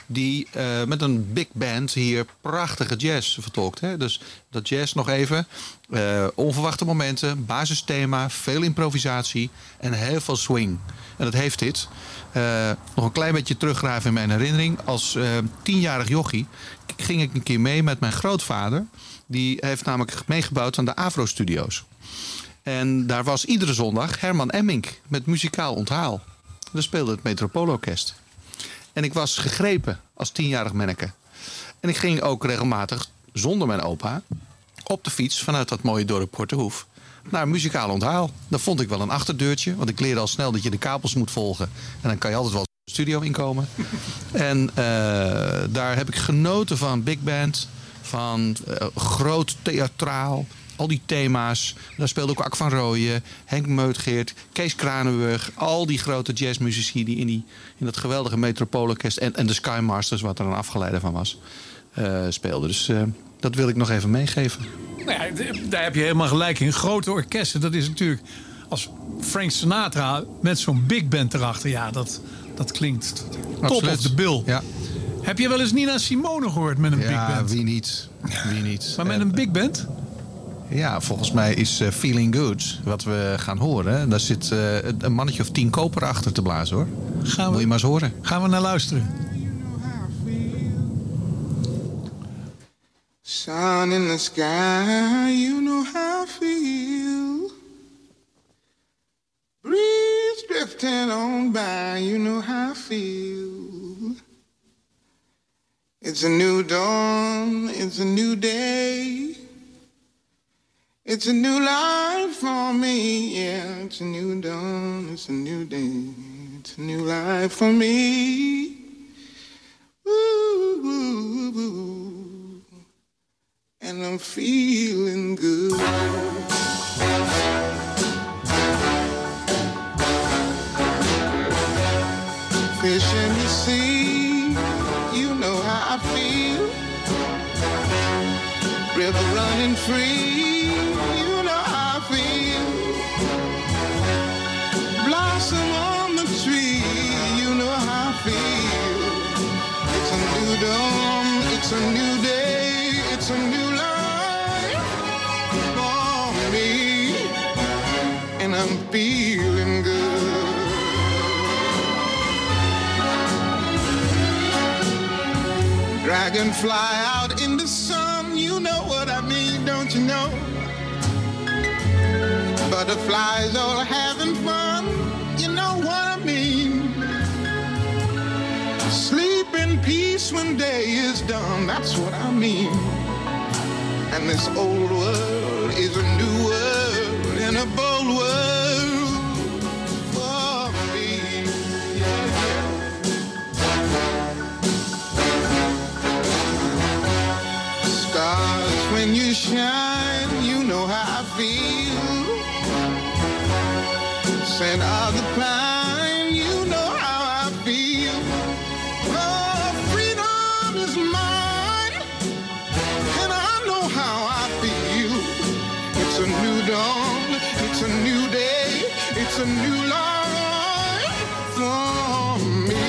die met een big band hier prachtige jazz vertolkt. Hè? Dus dat jazz nog even. Onverwachte momenten, basisthema, veel improvisatie en heel veel swing. En dat heeft dit. Nog een klein beetje teruggraven in mijn herinnering. Als 10-jarig jochie ging ik een keer mee met mijn grootvader. Die heeft namelijk meegebouwd aan de Avro-studio's. En daar was iedere zondag Herman Emmink met muzikaal onthaal. Daar speelde het Metropoolorkest. En ik was gegrepen als 10-jarig manneke. En ik ging ook regelmatig, zonder mijn opa, op de fiets vanuit dat mooie dorp Porterhoef naar muzikaal onthaal. Dat vond ik wel een achterdeurtje, want ik leerde al snel dat je de kabels moet volgen. En dan kan je altijd wel de studio inkomen. En daar heb ik genoten van big band, van groot theatraal. Al die thema's. Daar speelde ook Ak van Rooyen, Henk Meutgeert, Kees Kranenburg. Al die grote jazzmuzici die in dat geweldige Metropoolorkest en de Skymasters, wat er een afgeleide van was, speelden. Dus dat wil ik nog even meegeven. Nou ja, daar heb je helemaal gelijk in. Grote orkesten, dat is natuurlijk als Frank Sinatra met zo'n big band erachter. Ja, dat klinkt top of the bill. Ja. Heb je wel eens Nina Simone gehoord met een big band? Ja, wie niet? Wie niet? Maar met een big band? Ja, volgens mij is Feeling Good wat we gaan horen. Daar zit een mannetje of 10 koper achter te blazen, hoor. Wil je maar eens horen? Gaan we naar luisteren. Sun in the sky, you know how I feel. Breeze drifting on by, you know how I feel. It's a new dawn, it's a new day. It's a new life for me, yeah. It's a new dawn, it's a new day. It's a new life for me. Ooh, ooh, ooh. And I'm feeling good. Fish in the sea, you know how I feel. River running free, you know how I feel. Blossom on the tree, you know how I feel. It's a new dawn, it's a new day, it's a new life for me. And I'm feeling good. Dragonfly out in the sun, you know what I mean, don't you know? Butterflies all having fun, you know what I mean. Sleep in peace when day is done, that's what I mean. And this old world is a new world and a bold world for me. Stars, when you shine, you know how I feel. Scent of the pine, you know how I feel. Oh, freedom is mine, and I know how I feel. It's a new dawn, it's a new day, it's a new life for me.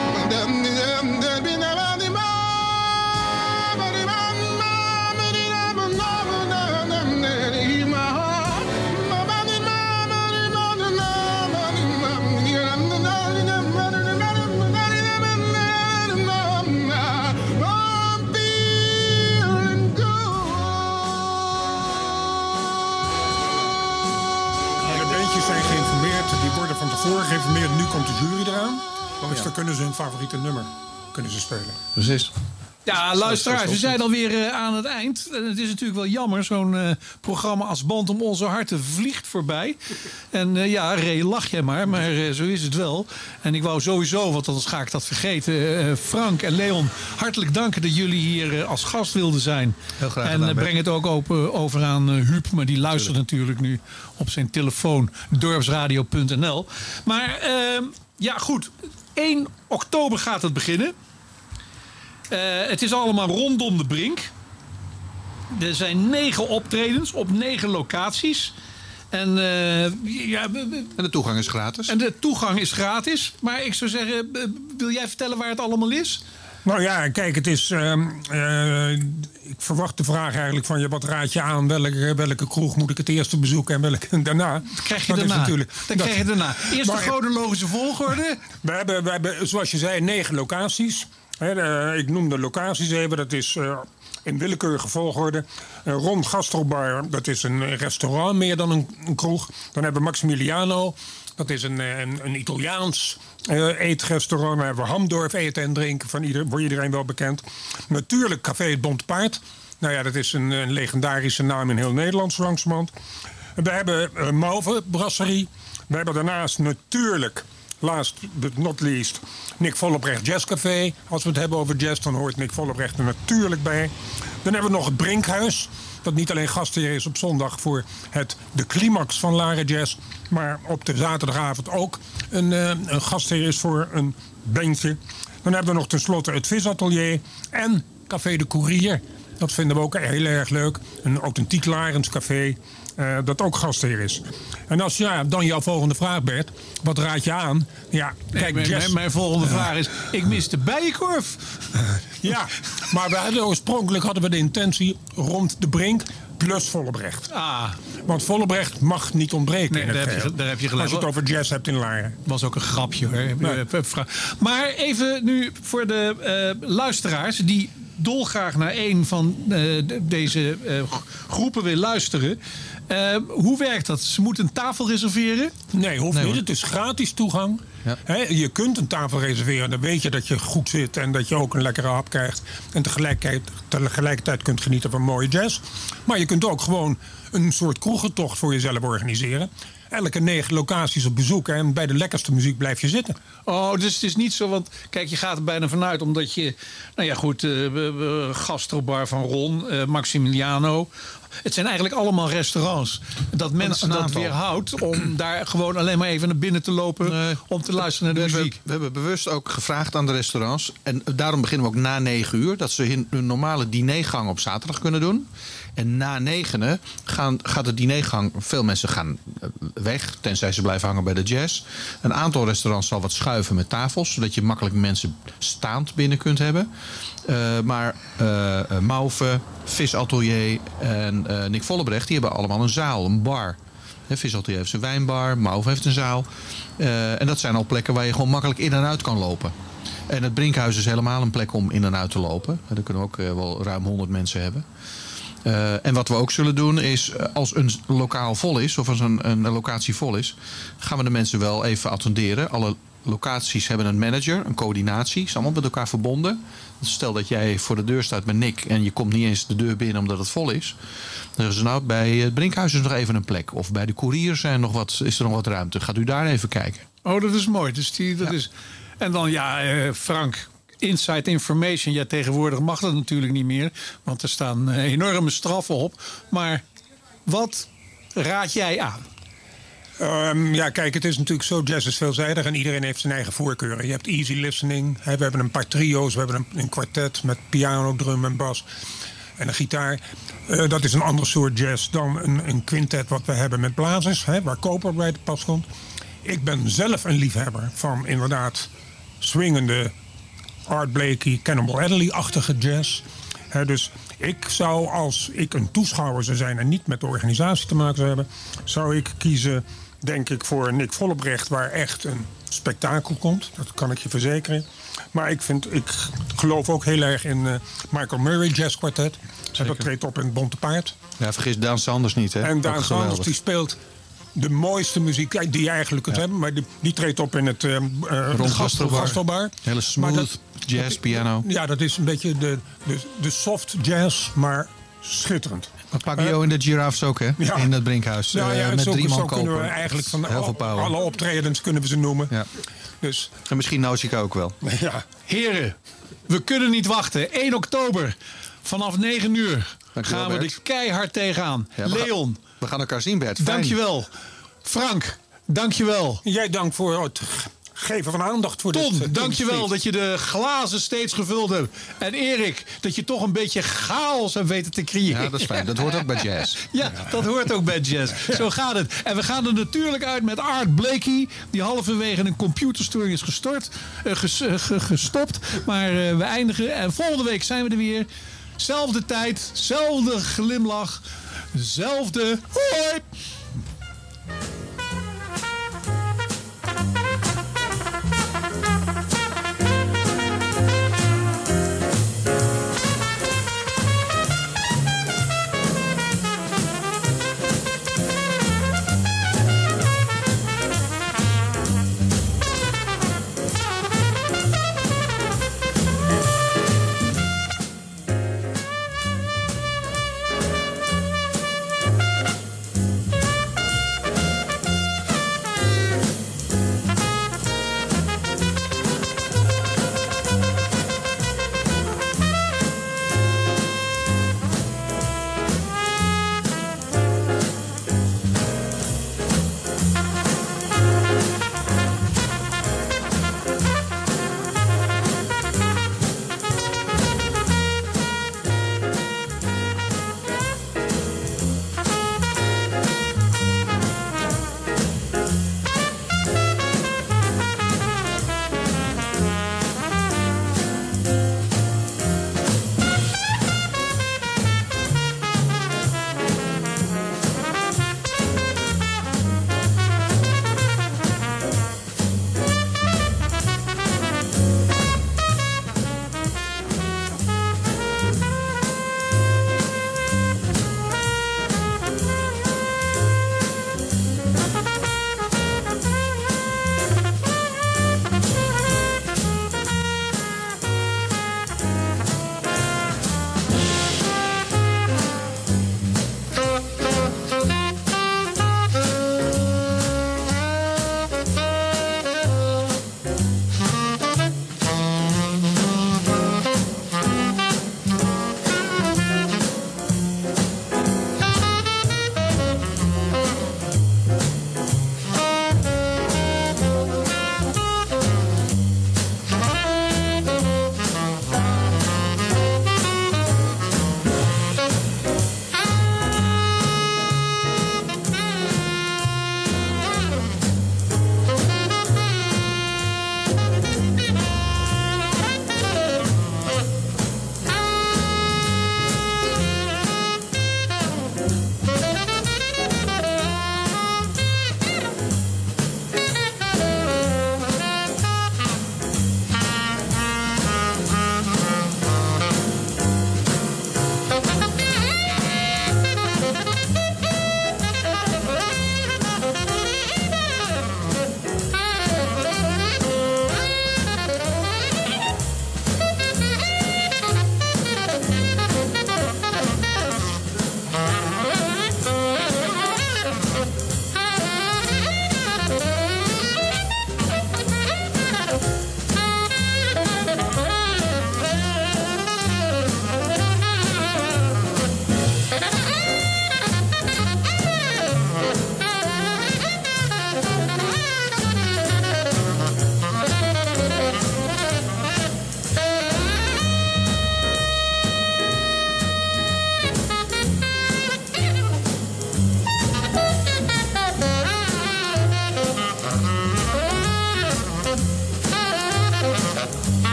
Die worden van tevoren geïnformeerd. Nu komt de jury eraan. Dus dan kunnen ze hun favoriete nummer spelen. Precies. Ja, luisteraars, we zijn alweer aan het eind. En het is natuurlijk wel jammer. Zo'n programma als Band om onze harten vliegt voorbij. En ja, Ray, lach jij maar zo is het wel. En ik wou sowieso, want anders ga ik dat vergeten, Frank en Leon, hartelijk danken dat jullie hier als gast wilden zijn. Heel graag gedaan. En breng het ook over aan Huub, maar die luistert natuurlijk nu op zijn telefoon, dorpsradio.nl. Maar ja, goed. 1 oktober gaat het beginnen. Het is allemaal rondom de Brink. Er zijn 9 optredens op 9 locaties. En de toegang is gratis. En de toegang is gratis. Maar ik zou zeggen, wil jij vertellen waar het allemaal is? Nou ja, kijk, het is... ik verwacht de vraag eigenlijk van je, wat raad je aan? Welke kroeg moet ik het eerste bezoeken en welke daarna? Dat krijg je Dat is daarna. natuurlijk- Dat krijg je daarna. Eerst de chronologische volgorde. We hebben, zoals je zei, 9 locaties. Ik noem de locaties even. Dat is in willekeurige volgorde. Rond Gastrobar, dat is een restaurant meer dan een kroeg. Dan hebben we Maximiliano. Dat is een Italiaans eetrestaurant. Dan hebben we Hamdorf, eten en drinken, voor iedereen wel bekend. Natuurlijk Café Het Bonte Paard. Nou ja, dat is een legendarische naam in heel Nederland, zo langzamerhand. We hebben Mauve Brasserie. We hebben daarnaast natuurlijk, last but not least, Nick Vollebrecht Jazzcafé. Als we het hebben over jazz, dan hoort Nick Vollebrecht er natuurlijk bij. Dan hebben we nog het Brinkhuis. Dat niet alleen gastheer is op zondag voor de climax van Laren Jazz, maar op de zaterdagavond ook een gastheer is voor een bandje. Dan hebben we nog tenslotte het Visatelier en Café de Courier. Dat vinden we ook heel erg leuk. Een authentiek Larens café dat ook gastheer is. En als dan jouw volgende vraag, Bert, wat raad je aan? Ja, kijk, Mijn volgende vraag is, ik mis de Bijenkorf. Ja, maar oorspronkelijk hadden we de intentie rond de Brink plus Vollebrecht. Want Vollebrecht mag niet ontbreken. Nee, in het daar heb je gelijk. Als je het over jazz hebt in Laren. Was ook een grapje hoor. Maar even nu voor de luisteraars die dolgraag naar een van deze groepen wil luisteren. Hoe werkt dat? Ze moeten een tafel reserveren? Nee, hoeft niet. Het is gratis toegang. Ja. Je kunt een tafel reserveren. Dan weet je dat je goed zit en dat je ook een lekkere hap krijgt. En tegelijkertijd kunt genieten van mooie jazz. Maar je kunt ook gewoon een soort kroegentocht voor jezelf organiseren. Elke 9 locaties op bezoek. En bij de lekkerste muziek blijf je zitten. Oh, dus het is niet zo, want kijk, je gaat er bijna vanuit omdat je, nou ja goed, Gastrobar van Ron, Maximiliano. Het zijn eigenlijk allemaal restaurants. Dat mensen dat weerhoudt om daar gewoon alleen maar even naar binnen te lopen om te luisteren naar de muziek. We hebben bewust ook gevraagd aan de restaurants. En daarom beginnen we ook na 9 uur. Dat ze hun normale dinergang op zaterdag kunnen doen. En na 9 gaat de dinergang. Veel mensen gaan weg, tenzij ze blijven hangen bij de jazz. Een aantal restaurants zal wat schuiven met tafels, zodat je makkelijk mensen staand binnen kunt hebben. Maar Mauve, Visatelier en Nick Vollebrecht, die hebben allemaal een zaal, een bar. Visatelier heeft een wijnbar, Mauve heeft een zaal. En dat zijn al plekken waar je gewoon makkelijk in en uit kan lopen. En het Brinkhuis is helemaal een plek om in en uit te lopen. Daar kunnen we ook wel ruim 100 mensen hebben. En wat we ook zullen doen is, als een lokaal vol is, of als een locatie vol is, gaan we de mensen wel even attenderen. Alle locaties hebben een manager, een coördinatie, is allemaal met elkaar verbonden. Dus stel dat jij voor de deur staat met Nick en je komt niet eens de deur binnen omdat het vol is. Dan zeggen ze, nou, bij het Brinkhuis is nog even een plek. Of bij de Courier is er nog wat ruimte. Gaat u daar even kijken. Oh, dat is mooi. Dus is. En dan Frank, inside information. Ja, tegenwoordig mag dat natuurlijk niet meer, want er staan enorme straffen op. Maar wat raad jij aan? Kijk, het is natuurlijk zo, jazz is veelzijdig en iedereen heeft zijn eigen voorkeuren. Je hebt easy listening, we hebben een paar trio's, we hebben een kwartet met piano, drum en bas en een gitaar. Dat is een ander soort jazz dan een quintet wat we hebben met blazers, waar koper bij te pas komt. Ik ben zelf een liefhebber van inderdaad swingende Art Blakey, Cannonball Adderley-achtige jazz. Dus ik zou, als ik een toeschouwer zou zijn en niet met de organisatie te maken zou hebben, zou ik kiezen, denk ik, voor Nick Vollebrecht, waar echt een spektakel komt. Dat kan ik je verzekeren. Maar ik geloof ook heel erg in Michael Murray Jazz Quartet. Dat treedt op in het Bonte Paard. Ja, vergis Daan Sanders niet, hè? En Daan Sanders die speelt de mooiste muziek die je eigenlijk kunt hebben. Maar die treedt op in het Gastrobar. Hele smooth jazz piano. Ja, dat is een beetje de soft jazz, maar schitterend. Pagio in de Giraffes ook, hè? Ja. In het Brinkhuis. Met 3 man kopen. Kunnen we eigenlijk van heel veel power. Alle optredens kunnen we ze noemen. Ja. Dus. En misschien Nausicaa ook wel. Ja. Heren, we kunnen niet wachten. 1 oktober, vanaf 9 uur, gaan we er keihard tegenaan. Ja, Leon. We gaan elkaar zien, Bert. Fijn. Dankjewel. Frank, dankjewel. Jij dank voor het geven van aandacht voor Ton, dit. dankjewel dat je de glazen steeds gevuld hebt. En Erik, dat je toch een beetje chaos hebt weten te creëren. Ja, dat is fijn. Dat hoort ook bij jazz. Ja, dat hoort ook bij jazz. Zo gaat het. En we gaan er natuurlijk uit met Art Blakey, die halverwege een computerstoring is gestopt. Maar we eindigen. En volgende week zijn we er weer. Zelfde tijd, zelfde glimlach, zelfde hoi.